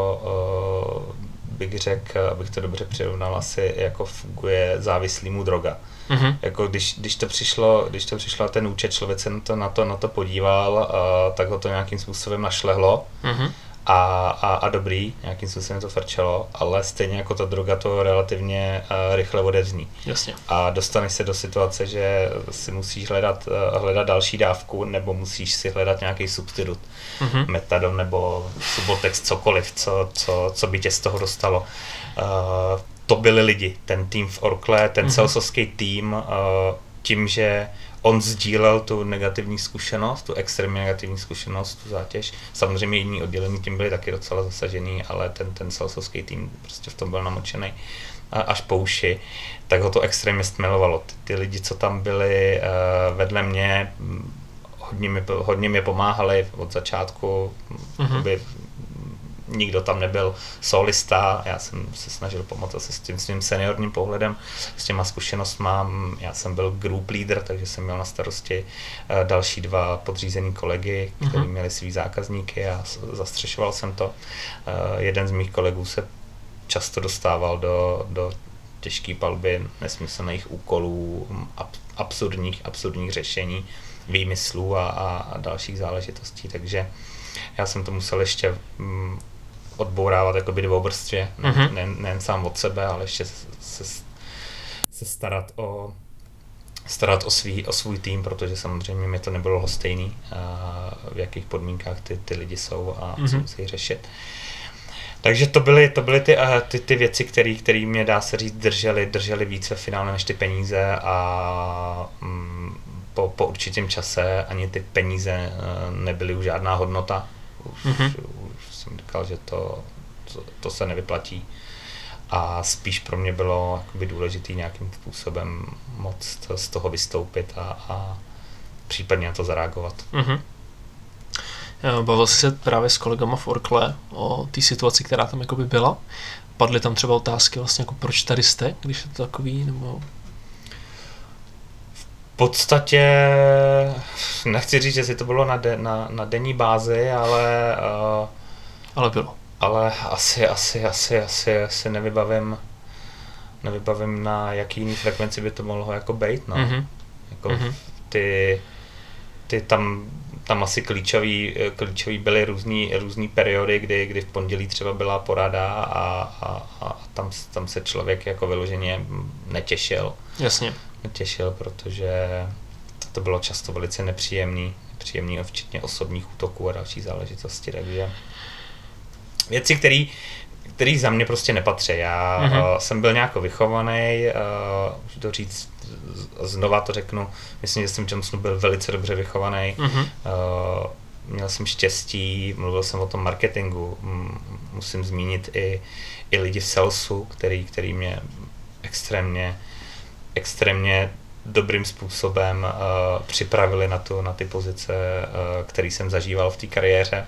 jako bych řekl, abych to dobře přirovnal, asi jako funguje závislýmu droga. Mm-hmm. Jako když, když, to přišlo, když to přišlo na ten účet, člověk se na to, na to, na to podíval, uh, tak ho to nějakým způsobem našlehlo mm-hmm. a, a, a dobrý, nějakým způsobem to frčelo, ale stejně jako ta droga to relativně uh, rychle odezní. Jasně. A dostaneš se do situace, že si musíš hledat, uh, hledat další dávku, nebo musíš si hledat nějaký substitut, mm-hmm. metadon nebo Subotex, cokoliv, co, co, co by tě z toho dostalo. Uh, To byli lidi, ten tým v Orkle, ten mm-hmm. salesovský tým, uh, tím, že on sdílel tu negativní zkušenost, tu extrémně negativní zkušenost, tu zátěž. Samozřejmě jiní oddělení tím byli taky docela zasažený, ale ten, ten salesovský tým prostě v tom byl namočený až po uši, tak ho to extrémně stmelovalo. Ty, ty lidi, co tam byli uh, vedle mě, hodně mi, hodně mi pomáhali od začátku, mm-hmm. by, nikdo tam nebyl solista, já jsem se snažil pomoct se s tím svým seniorním pohledem, s těma zkušenostma, já jsem byl group leader, takže jsem měl na starosti další dva podřízený kolegy, kteří mm-hmm. měli svý zákazníky a zastřešoval jsem to. Jeden z mých kolegů se často dostával do, do těžké palby nesmyslných úkolů, absurdních, absurdních řešení, výmyslů a, a, a dalších záležitostí, takže já jsem to musel ještě mm, odbourávat jakoby dvoubrstvě, mm-hmm. ne, nejen sám od sebe, ale ještě se, se starat o starat o, svý, o svůj tým, protože samozřejmě mi to nebylo lhostejný, v jakých podmínkách ty, ty lidi jsou a mm-hmm. co musí řešit. Takže to byly, to byly ty, ty, ty věci, které mě, dá se říct, držely, držely víc ve finále než ty peníze a mm, po, po určitém čase ani ty peníze nebyly už žádná hodnota. Už, mm-hmm. už jsem říkal, že to, to, to se nevyplatí. A spíš pro mě bylo jakoby důležitý nějakým způsobem moc z toho vystoupit a, a případně na to zareagovat. Mm-hmm. Bavil jsi se právě s kolegama v Orkle o té situaci, která tam jakoby byla? Padly tam třeba otázky vlastně jako proč tady jste, když je to takový, nebo... V podstatě nechci říct, že si to bylo na, de, na, na denní bázi, ale... Uh, ale bylo. Ale asi, asi, asi, asi, asi nevybavím, nevybavím na jaký jiný frekvenci by to mohlo jako bejt, no. Mm-hmm. Jako mm-hmm. ty, ty tam, tam asi klíčový, klíčový byly různý, různý periody, kdy, kdy v pondělí třeba byla porada a, a, a tam, tam se člověk jako vyloženě netěšil. Jasně. Netěšil, protože to bylo často velice nepříjemný, nepříjemný včetně osobních útoků a další záležitosti, takže věci, které který za mě prostě nepatří. Já mm-hmm. uh, jsem byl nějak vychovaný, uh, můžu to říct, znova to řeknu, myslím, že jsem v Johnsonu byl velice dobře vychovaný. Mm-hmm. Uh, měl jsem štěstí, mluvil jsem o tom marketingu, musím zmínit i, i lidi v salesu, který, který mě extrémně, extrémně dobrým způsobem uh, připravili na, tu, na ty pozice, uh, který jsem zažíval v té kariéře.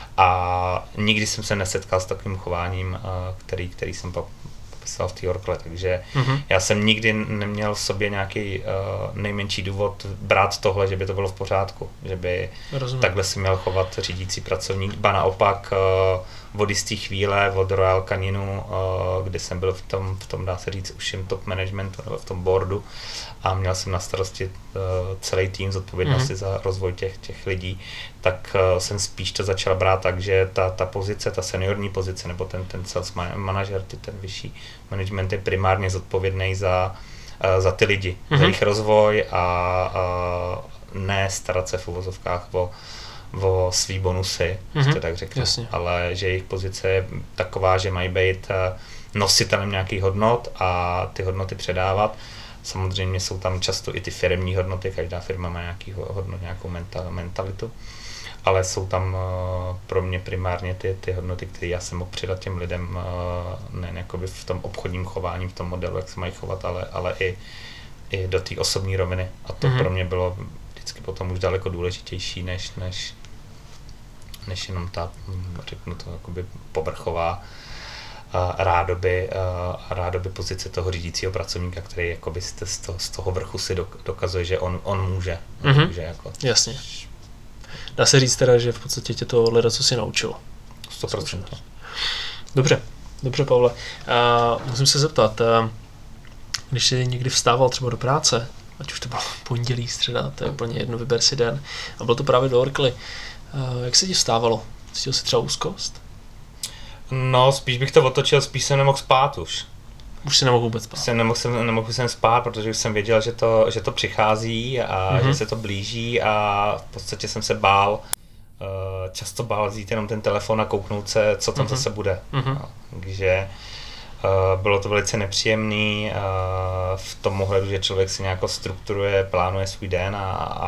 A nikdy jsem se nesetkal s takovým chováním, uh, který, který jsem popisoval v té Oracle, takže mm-hmm. já jsem nikdy neměl v sobě nějaký uh, nejmenší důvod brát tohle, že by to bylo v pořádku, že by Rozumím. Takhle si měl chovat řídící pracovník, ba naopak uh, od jistý chvíle, od Royal Caninu, uh, kde jsem byl v tom, v tom, dá se říct, užším top managementu nebo v tom boardu a měl jsem na starosti uh, celý tým zodpovědnosti mm-hmm. za rozvoj těch, těch lidí, tak uh, jsem spíš to začal brát tak, že ta, ta pozice, ta seniorní pozice nebo ten, ten sales manager, ty, ten vyšší management je primárně zodpovědný za, uh, za ty lidi, mm-hmm. za jejich rozvoj a uh, ne starat se v uvozovkách o, o svý bonusy, mm-hmm. tak řeknu, Jasně. ale že jejich pozice je taková, že mají být uh, nositelem nějakých hodnot a ty hodnoty předávat. Samozřejmě jsou tam často i ty firemní hodnoty, každá firma má nějaký hodnot, nějakou mentalitu, ale jsou tam uh, pro mě primárně ty, ty hodnoty, které já jsem mohl přidat těm lidem, uh, nejen jakoby v tom obchodním chování, v tom modelu, jak se mají chovat, ale, ale i, i do té osobní roviny. A to mm-hmm. pro mě bylo vždycky potom už daleko důležitější, než, než, než jenom ta, řeknu to, jakoby povrchová rádoby, rádoby pozice toho řídícího pracovníka, který jakoby z toho, z toho vrchu si dokazuje, že on, on může. On mm-hmm. může jako. Jasně. Dá se říct teda, že v podstatě tě to leda, co si naučilo. sto procent. Dobře, dobře, Pavle. Uh, musím se zeptat, uh, když jsi někdy vstával třeba do práce, ať už to bylo pondělí, středa, to je úplně jedno, vyber si den, a bylo to právě do Oracle, uh, jak se ti vstávalo? Cítil jsi třeba úzkost? No, spíš bych to otočil, spíš jsem nemohl spát už. Už si nemohl vůbec spát. Jsem nemohl, jsem, nemohl jsem spát, protože už jsem věděl, že to, že to přichází a mm-hmm. že se to blíží a v podstatě jsem se bál, uh, často bál vzít jenom ten telefon a kouknout se, co tam mm-hmm. zase bude. Mm-hmm. No, takže uh, bylo to velice nepříjemný uh, v tom ohledu, že člověk si nějak strukturuje, plánuje svůj den a, a,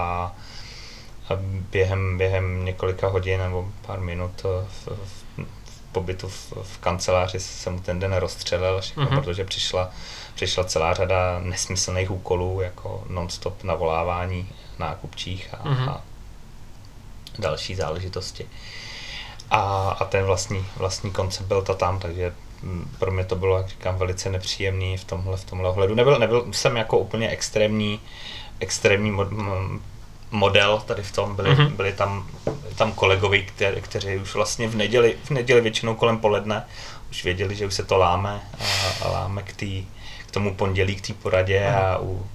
a během, během několika hodin nebo pár minut v, v pobytu v, v kanceláři se mu ten den rozstřelil, všechno, mm-hmm. protože přišla, přišla celá řada nesmyslných úkolů, jako non-stop navolávání nákupčích a, mm-hmm. a další záležitosti. A, a ten vlastní, vlastní koncept byl to tam, takže pro mě to bylo, jak říkám, velice nepříjemný v tomhle, v tomhle ohledu. Nebyl, nebyl jsem jako úplně extrémní, extrémní mod, model tady v tom, byli, mm-hmm. byli tam, byli tam kolegovi, kteři, kteří už vlastně v neděli, v neděli většinou kolem poledne už věděli, že už se to láme a, a láme k, tý, k tomu pondělí, k té poradě mm-hmm. a u,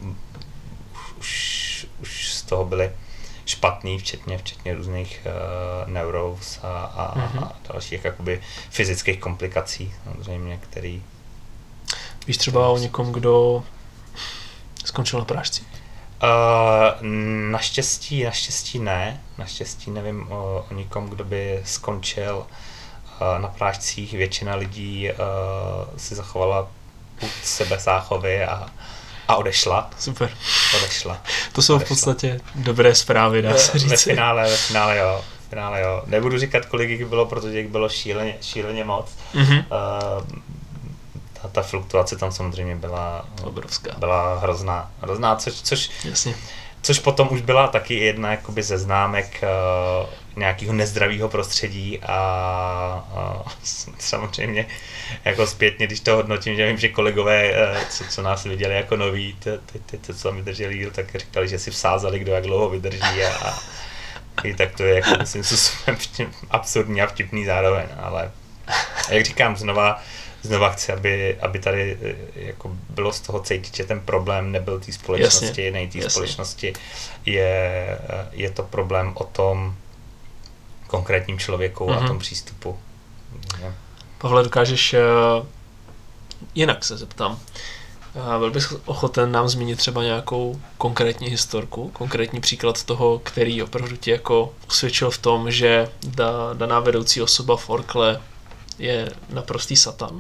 už, už z toho byli špatný, včetně, včetně různých uh, neuros a, a, mm-hmm. a dalších jakoby fyzických komplikací, samozřejmě, který... Víš třeba o někom, kdo skončil na prášci? Uh, naštěstí, naštěstí ne, naštěstí nevím o, o nikom, kdo by skončil uh, na prášcích. Většina lidí uh, si zachovala půd sebezáchovy a, a odešla. Super. Odešla. To jsou odešla. V podstatě dobré zprávy, dá se říct. Ve finále, ve finále jo. V finále jo. Nebudu říkat, kolik jich bylo, protože jich bylo šíleně, šíleně moc. Mm-hmm. Uh, Ta, ta fluktuace tam samozřejmě byla obrovská. Byla hrozná, hrozná což, což, Jasně. což potom už byla taky jedna jakoby ze známek uh, nějakého nezdravého prostředí a uh, samozřejmě jako zpětně, když to hodnotím, že vím, že kolegové, uh, co, co nás viděli jako noví, ty, ty, ty, ty co mi drželi díl, tak říkali, že si vsázali, kdo jak dlouho vydrží a, a i tak to je jako myslím, absurdní a vtipný zároveň, ale jak říkám, znova Znova chci, aby, aby tady jako bylo z toho cítit, že ten problém nebyl té společnosti, nej té společnosti. Je, je to problém o tom konkrétním člověku mm-hmm. a tom přístupu. Je. Pavle, dokážeš, uh, jinak se zeptám, uh, byl bys ochoten nám zmínit třeba nějakou konkrétní historku, konkrétní příklad toho, který opravdu ti jako usvědčil v tom, že da, daná vedoucí osoba v Oracle je naprostý satan?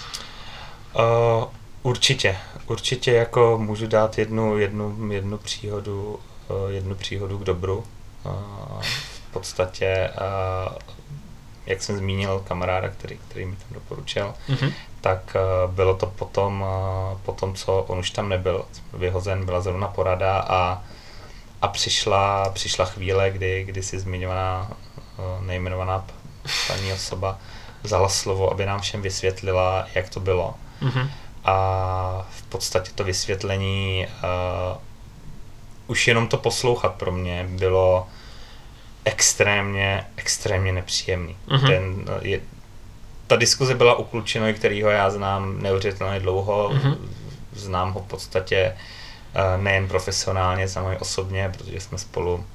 Uh, určitě, určitě jako můžu dát jednu, jednu, jednu příhodu, uh, jednu příhodu k dobru. Uh, v podstatě, uh, jak jsem zmínil kamaráda, který, který mi tam doporučil, mm-hmm. tak uh, bylo to potom, uh, potom, co on už tam nebyl, vyhozen, byla zrovna porada a, a přišla, přišla chvíle, kdy, kdy si zmiňovaná uh, nejmenovaná paní osoba vzala slovo, aby nám všem vysvětlila, jak to bylo. Mm-hmm. A v podstatě to vysvětlení, uh, už jenom to poslouchat pro mě bylo extrémně, extrémně nepříjemný. Mm-hmm. Ten, je, ta diskuze byla u Klučinovi, kterýho já znám neuvěřitelně dlouho, mm-hmm. znám ho v podstatě uh, nejen profesionálně, znám ho i osobně, protože jsme spolu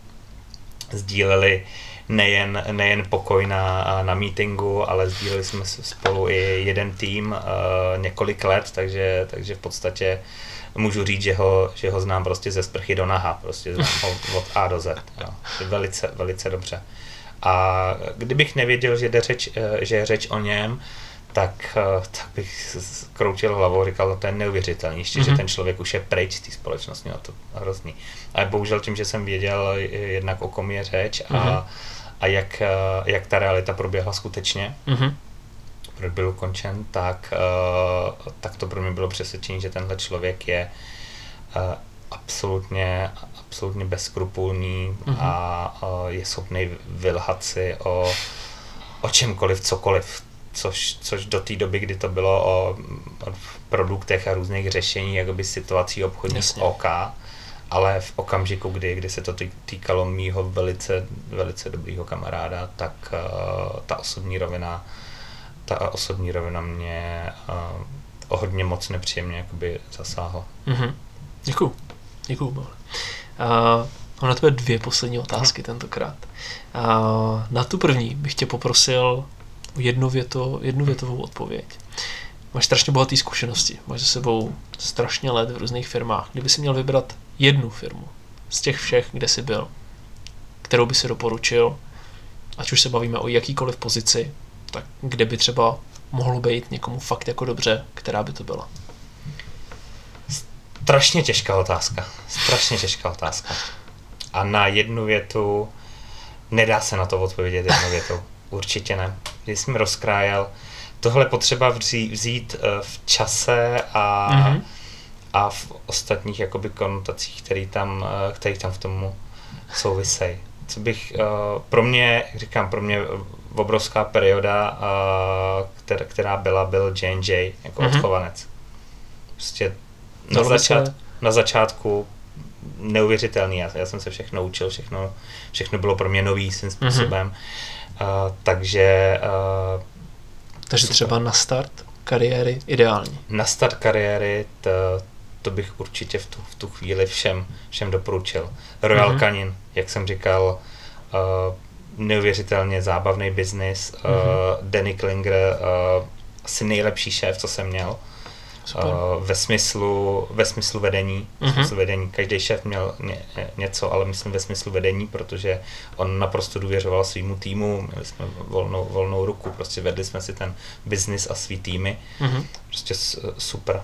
sdíleli nejen, nejen pokoj na, na meetingu, ale sdíleli jsme spolu i jeden tým uh, několik let, takže, takže v podstatě můžu říct, že ho, že ho znám prostě ze sprchy do naha, prostě znám ho od A do Z. Jo. Velice, velice dobře. A kdybych nevěděl, že, jde řeč, že je řeč o něm, tak, tak bych kroutil hlavou a říkal, to je neuvěřitelný, ještě, mm-hmm. že ten člověk už je pryč z té společnosti, no to hrozný. Ale bohužel tím, že jsem věděl jednak o kom je řeč a, mm-hmm. a jak, jak ta realita proběhla skutečně, mm-hmm. proč byl ukončen, tak, uh, tak to pro mě bylo přesvědčení, že tenhle člověk je uh, absolutně, absolutně bezskrupulný mm-hmm. a uh, je schopný vylhat si o, o čemkoliv, cokoliv, což, což do té doby, kdy to bylo o, o produktech a různých řešení, jakoby situací obchodních z OK, ale v okamžiku, kdy, kdy se to týkalo mýho velice, velice dobrýho kamaráda, tak uh, ta osobní rovina ta osobní rovina mě uh, o hodně moc nepříjemně jakoby zasáhla. Mm-hmm. Děkuju. Děkuju, Bohle. Uh, mám na tebe dvě poslední otázky mm. tentokrát. Uh, na tu první bych tě poprosil o jednu, věto, jednu větovou odpověď. Máš strašně bohaté zkušenosti, máš za sebou strašně let v různých firmách. Kdyby si měl vybrat jednu firmu z těch všech, kde jsi byl, kterou by si doporučil, ať už se bavíme o jakýkoliv pozici, tak kde by třeba mohlo být někomu fakt jako dobře, která by to byla? Strašně těžká otázka. Strašně těžká otázka. A na jednu větu nedá se na to odpovědět jednou větou. Určitě ne. Když jsem rozkrájel, tohle potřeba vzít, vzít v čase a, mm-hmm. a v ostatních jakoby konotacích, který tam, který tam v tomu souvisejí. Co bych, pro mě, jak říkám, pro mě obrovská perioda, která, která byla, byl J and J jako mm-hmm. odchovanec. Prostě na, začát, na začátku neuvěřitelný. Já, já jsem se všechno učil, všechno, všechno bylo pro mě nový svým způsobem. Mm-hmm. Uh, takže uh, takže super. Třeba na start kariéry ideální. Na start kariéry to, to bych určitě v tu, v tu chvíli všem, všem doporučil. Royal mm-hmm. Canin, jak jsem říkal, uh, neuvěřitelně zábavný biznis. Mm-hmm. Uh, Danny Klinger, uh, asi nejlepší šéf, co jsem měl. Uh, ve smyslu, ve smyslu vedení, mm-hmm. ve smyslu vedení. Každý šéf měl ně, něco, ale myslím ve smyslu vedení, protože on naprosto důvěřoval svýmu týmu, měli jsme volnou, volnou ruku, prostě vedli jsme si ten biznis a svý týmy. Mm-hmm. Prostě super.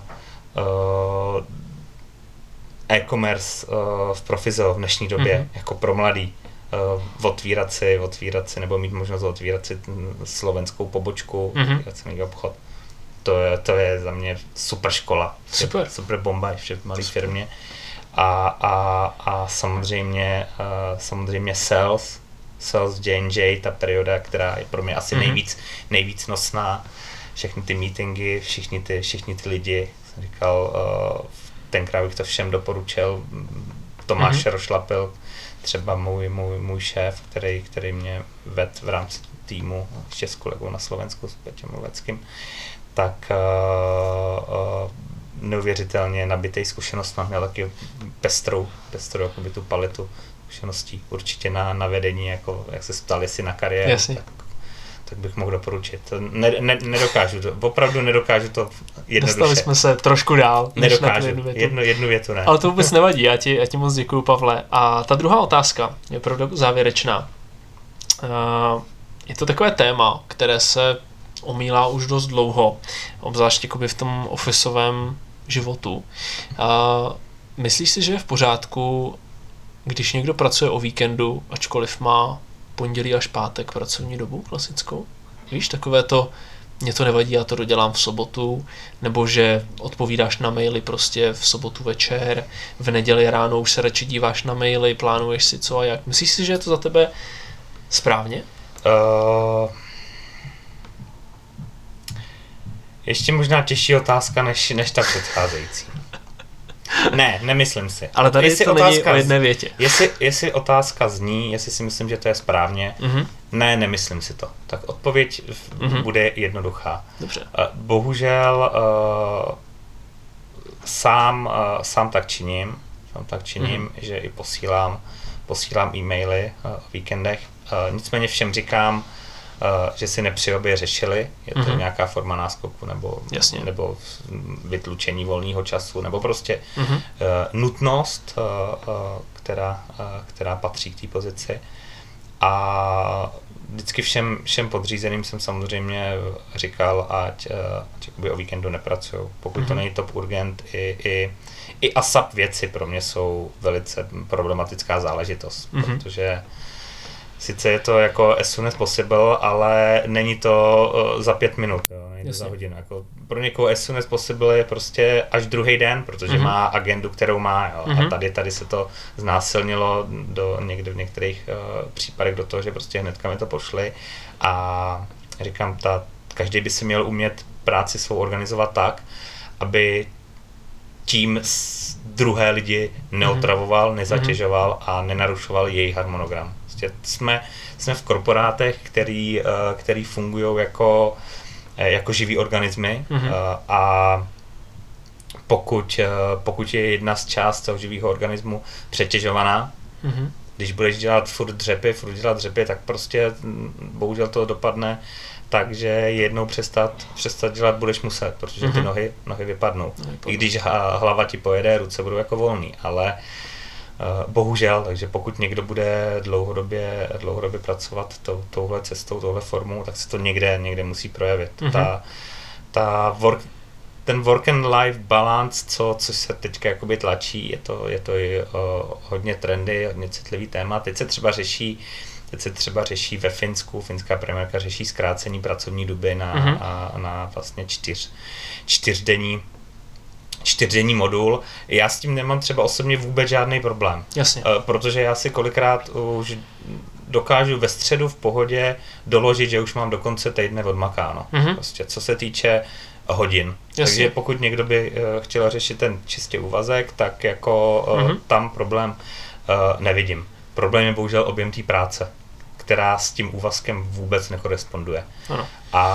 Uh, e-commerce uh, v Profizo v dnešní době, mm-hmm. jako pro mladý, uh, otvírat si, otvírat si, nebo mít možnost otvírat si slovenskou pobočku, mm-hmm. otvírat si obchod. To je, to je za mě super škola, super, super bomba ještě v malé firmě. A, a, a samozřejmě, uh, samozřejmě sales, sales J and J, ta perioda, která je pro mě asi mm-hmm. nejvíc, nejvíc nosná. Všechny ty meetingy, všichni ty, všichni ty lidi, jsem říkal, uh, tenkrát bych to všem doporučil. Tomáš mm-hmm. Rošlapil, třeba můj, můj, můj šéf, který, který mě vedl v rámci týmu, ještě s kolegou na Slovensku, s Peťem Loveckým, tak uh, uh, neuvěřitelně nabitej zkušenost, měl taky pestrou, pestrou jakoby tu paletu zkušeností. Určitě na, na vedení, jako jak se ptali si na kariéru, tak, tak bych mohl doporučit. Ne, ne, nedokážu to, opravdu nedokážu to jednoduše. Dostali jsme se trošku dál. Nedokážu, jednu větu. Jednu, jednu větu ne. Ale to vůbec nevadí, já ti, já ti moc děkuju, Pavle. A ta druhá otázka je opravdu závěrečná. Uh, je to takové téma, které se omílá už dost dlouho, obzvlášť v tom officeovém životu. Uh, myslíš si, že je v pořádku, když někdo pracuje o víkendu, ačkoliv má pondělí až pátek pracovní dobu klasickou? Víš, takové to, mě to nevadí, já to dodělám v sobotu, nebo že odpovídáš na maily prostě v sobotu večer, v neděli ráno už se radši díváš na maily, plánuješ si co a jak. Myslíš si, že je to za tebe správně? Uh, ještě možná těžší otázka než, než ta předcházející. Ne, nemyslím si. Ale tady jestli to není o jedné větě. Jestli, jestli otázka zní, jestli si myslím, že to je správně, mm-hmm. ne, nemyslím si to. Tak odpověď mm-hmm. bude jednoduchá. Dobře. Bohužel uh, sám, uh, sám tak činím, sám tak činím, mm-hmm. že i posílám, posílám e-maily uh, o víkendech. Uh, nicméně všem říkám, Uh, že si nepři obě řešili, je to mm-hmm. nějaká forma náskoku nebo, nebo vytlučení volného času, nebo prostě mm-hmm. uh, nutnost, uh, uh, která, uh, která patří k té pozici. A vždycky všem, všem podřízeným jsem samozřejmě říkal, ať, uh, ať o víkendu nepracují. Pokud mm-hmm. to není top urgent, i, i, i ASAP věci pro mě jsou velice problematická záležitost, mm-hmm. protože sice je to jako as soon as possible, ale není to uh, za pět minut, jo, není to za hodinu. Jako pro někoho as soon as possible je prostě až druhý den, protože mm-hmm. má agendu, kterou má. Jo. Mm-hmm. A tady, tady se to znásilnilo do, někde v některých uh, případech do toho, že prostě hnedka mi to pošli. A říkám, ta, každý by si měl umět práci svou organizovat tak, aby tím druhé lidi neotravoval, nezatěžoval a nenarušoval jejich harmonogram. Jsme, jsme v korporátech, který, který fungují jako, jako živí organismy mm-hmm. a pokud, pokud je jedna z část toho živého organismu přetěžovaná, mm-hmm. když budeš dělat furt dřepy, furt dělat dřepy, tak prostě bohužel to dopadne tak, že jednou přestat, přestat dělat budeš muset, protože ty mm-hmm. nohy, nohy vypadnou. No, I když hlava ti pojede, ruce budou jako volný, ale Uh, bohužel, takže pokud někdo bude dlouhodobě, dlouhodobě pracovat tou, touhle cestou, touhle formou, tak se to někde, někde musí projevit. Mm-hmm. Ta, ta work, ten work and life balance, co, co se teďka jakoby tlačí, je to, je to i uh, hodně trendy, hodně citlivý téma. Teď se třeba řeší, teď se třeba řeší ve Finsku, finská premiérka řeší zkrácení pracovní doby na, mm-hmm. a, na vlastně čtyř, čtyřdenní čtyřdenní modul. Já s tím nemám třeba osobně vůbec žádný problém. Jasně. Protože já si kolikrát už dokážu ve středu v pohodě doložit, že už mám do konce týdne odmakáno. Mm-hmm. Prostě, co se týče hodin. Jasně. Takže pokud někdo by chtěl řešit ten čistě úvazek, tak jako mm-hmm. tam problém nevidím. Problém je bohužel objem té práce, která s tím úvazkem vůbec nekoresponduje. Ano.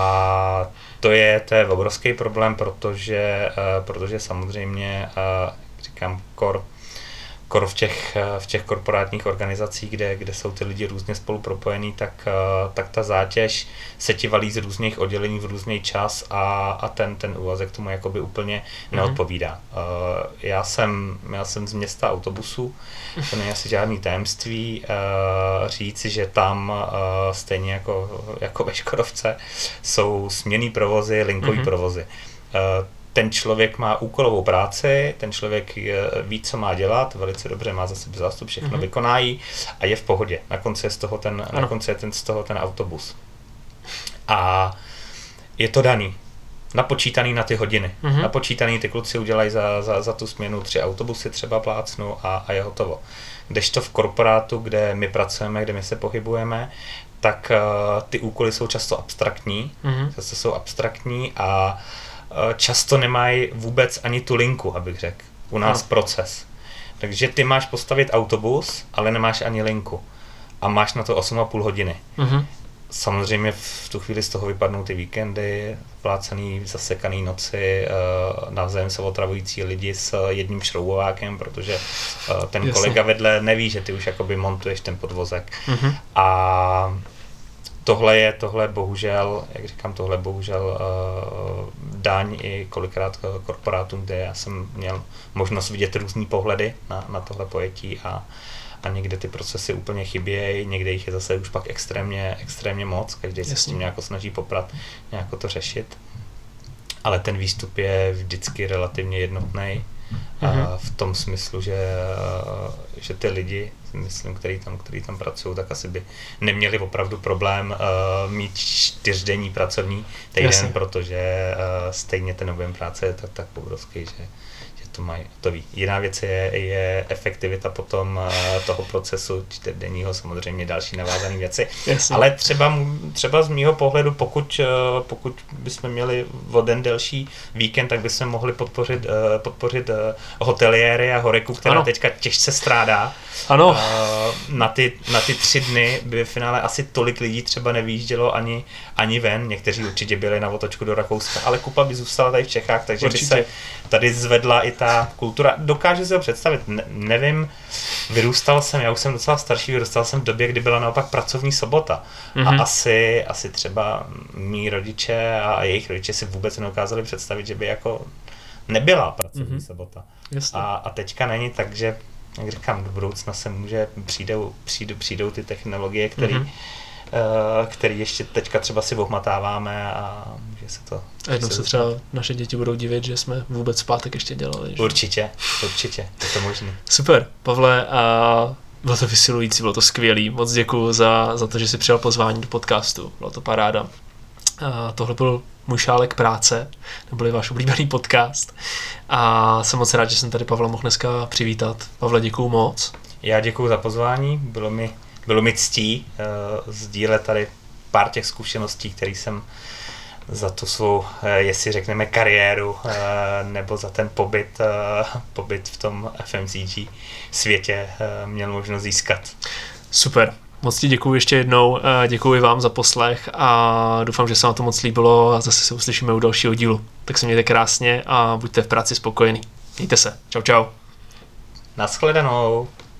A to je, to je obrovský problém, protože, uh, protože samozřejmě, uh, říkám, kor, kor v těch, uh, v těch korporátních organizacích, kde, kde jsou ty lidi různě spolu propojení, tak, uh, tak ta zátěž se ti valí z různých oddělení v různý čas a, a ten, ten úvazek tomu jakoby úplně mm-hmm. neodpovídá. Uh, já, jsem, já jsem z města autobusu, to není asi žádný tajemství, uh, říct, že tam uh, stejně jako, jako ve Škodovce jsou směnný provozy, linkový mm-hmm. provozy. Uh, ten člověk má úkolovou práci, ten člověk ví, co má dělat, velice dobře má za sebe zástup, všechno mm-hmm. vykonají a je v pohodě. Na konci je z toho ten, na konci je ten, z toho ten autobus. A je to daný. Napočítaný na ty hodiny. Mm-hmm. Napočítaný ty kluci udělají za, za, za tu směnu tři autobusy třeba plácnu a, a je hotovo. Kdežto v korporátu, kde my pracujeme, kde my se pohybujeme, tak uh, ty úkoly jsou často abstraktní. Mm-hmm. Často jsou abstraktní a uh, často nemají vůbec ani tu linku, abych řekl. U nás no. proces. Takže ty máš postavit autobus, ale nemáš ani linku. A máš na to osm a půl hodiny. Mm-hmm. Samozřejmě v tu chvíli z toho vypadnou ty víkendy, plácený, zasekaný noci, navzájem se otravující lidi s jedním šroubovákem, protože ten Jasně. kolega vedle neví, že ty už jakoby montuješ ten podvozek. Mm-hmm. A tohle je, tohle bohužel, jak říkám, tohle bohužel daň i kolikrát korporátům, kde já jsem měl možnost vidět různý pohledy na, na tohle pojetí a a někde ty procesy úplně chybějí, někde jich je zase už pak extrémně, extrémně moc, každý se s tím nějak snaží poprat, nějak to řešit. Ale ten výstup je vždycky relativně jednotný. Mm-hmm. A v tom smyslu, že, že ty lidi, myslím, který tam, který tam pracují, tak asi by neměli opravdu problém uh, mít čtyřdenní pracovní týden, protože uh, stejně ten objem práce je tak, tak obrovský, že to mají, to ví. Jiná věc je, je efektivita potom uh, toho procesu čtyřdenního, samozřejmě další navázané věci. Jasně. Ale třeba, třeba z mýho pohledu, pokud, uh, pokud bychom měli o den delší víkend, tak bychom mohli podpořit, uh, podpořit uh, hoteliéry a Horeku, která ano. teďka těžce strádá. Ano. Uh, na, ty, na ty tři dny by v finále asi tolik lidí třeba nevýjíždělo ani, ani ven. Někteří určitě byli na otočku do Rakouska, ale kupa by zůstala tady v Čechách, takže určitě. By se tady zvedla i ta kultura. Dokážu si ho představit, ne, nevím, vyrůstal jsem, já už jsem docela starší, vyrůstal jsem v době, kdy byla naopak pracovní sobota. Mm-hmm. A asi, asi třeba mý rodiče a jejich rodiče si vůbec nedokázali představit, že by jako nebyla pracovní mm-hmm. sobota. A, a teďka není, takže jak říkám, do budoucna se může, přijdou, přijdou, přijdou ty technologie, které mm-hmm. Uh, který ještě teďka třeba si ohmatáváme a může se to... A jednou se třeba naše děti budou divit, že jsme vůbec v pátek ještě dělali. Že? Určitě, určitě, je to možné. Super, Pavle, a bylo to vysilující, bylo to skvělý, moc děkuju za, za to, že jsi přijal pozvání do podcastu, bylo to paráda. A tohle byl Můj šálek práce, neboli váš oblíbený podcast a jsem moc rád, že jsem tady Pavla mohl dneska přivítat. Pavle, děkuju moc. Já děkuju za pozvání, bylo mi Bylo mi ctí uh, sdílet tady pár těch zkušeností, které jsem za tu svou, uh, jestli řekneme, kariéru uh, nebo za ten pobyt, uh, pobyt v tom F M C G světě uh, měl možnost získat. Super, moc ti děkuji ještě jednou, uh, děkuji vám za poslech a doufám, že se vám to moc líbilo a zase se uslyšíme u dalšího dílu. Tak se mějte krásně a buďte v práci spokojení. Mějte se, čau čau. Naschledanou.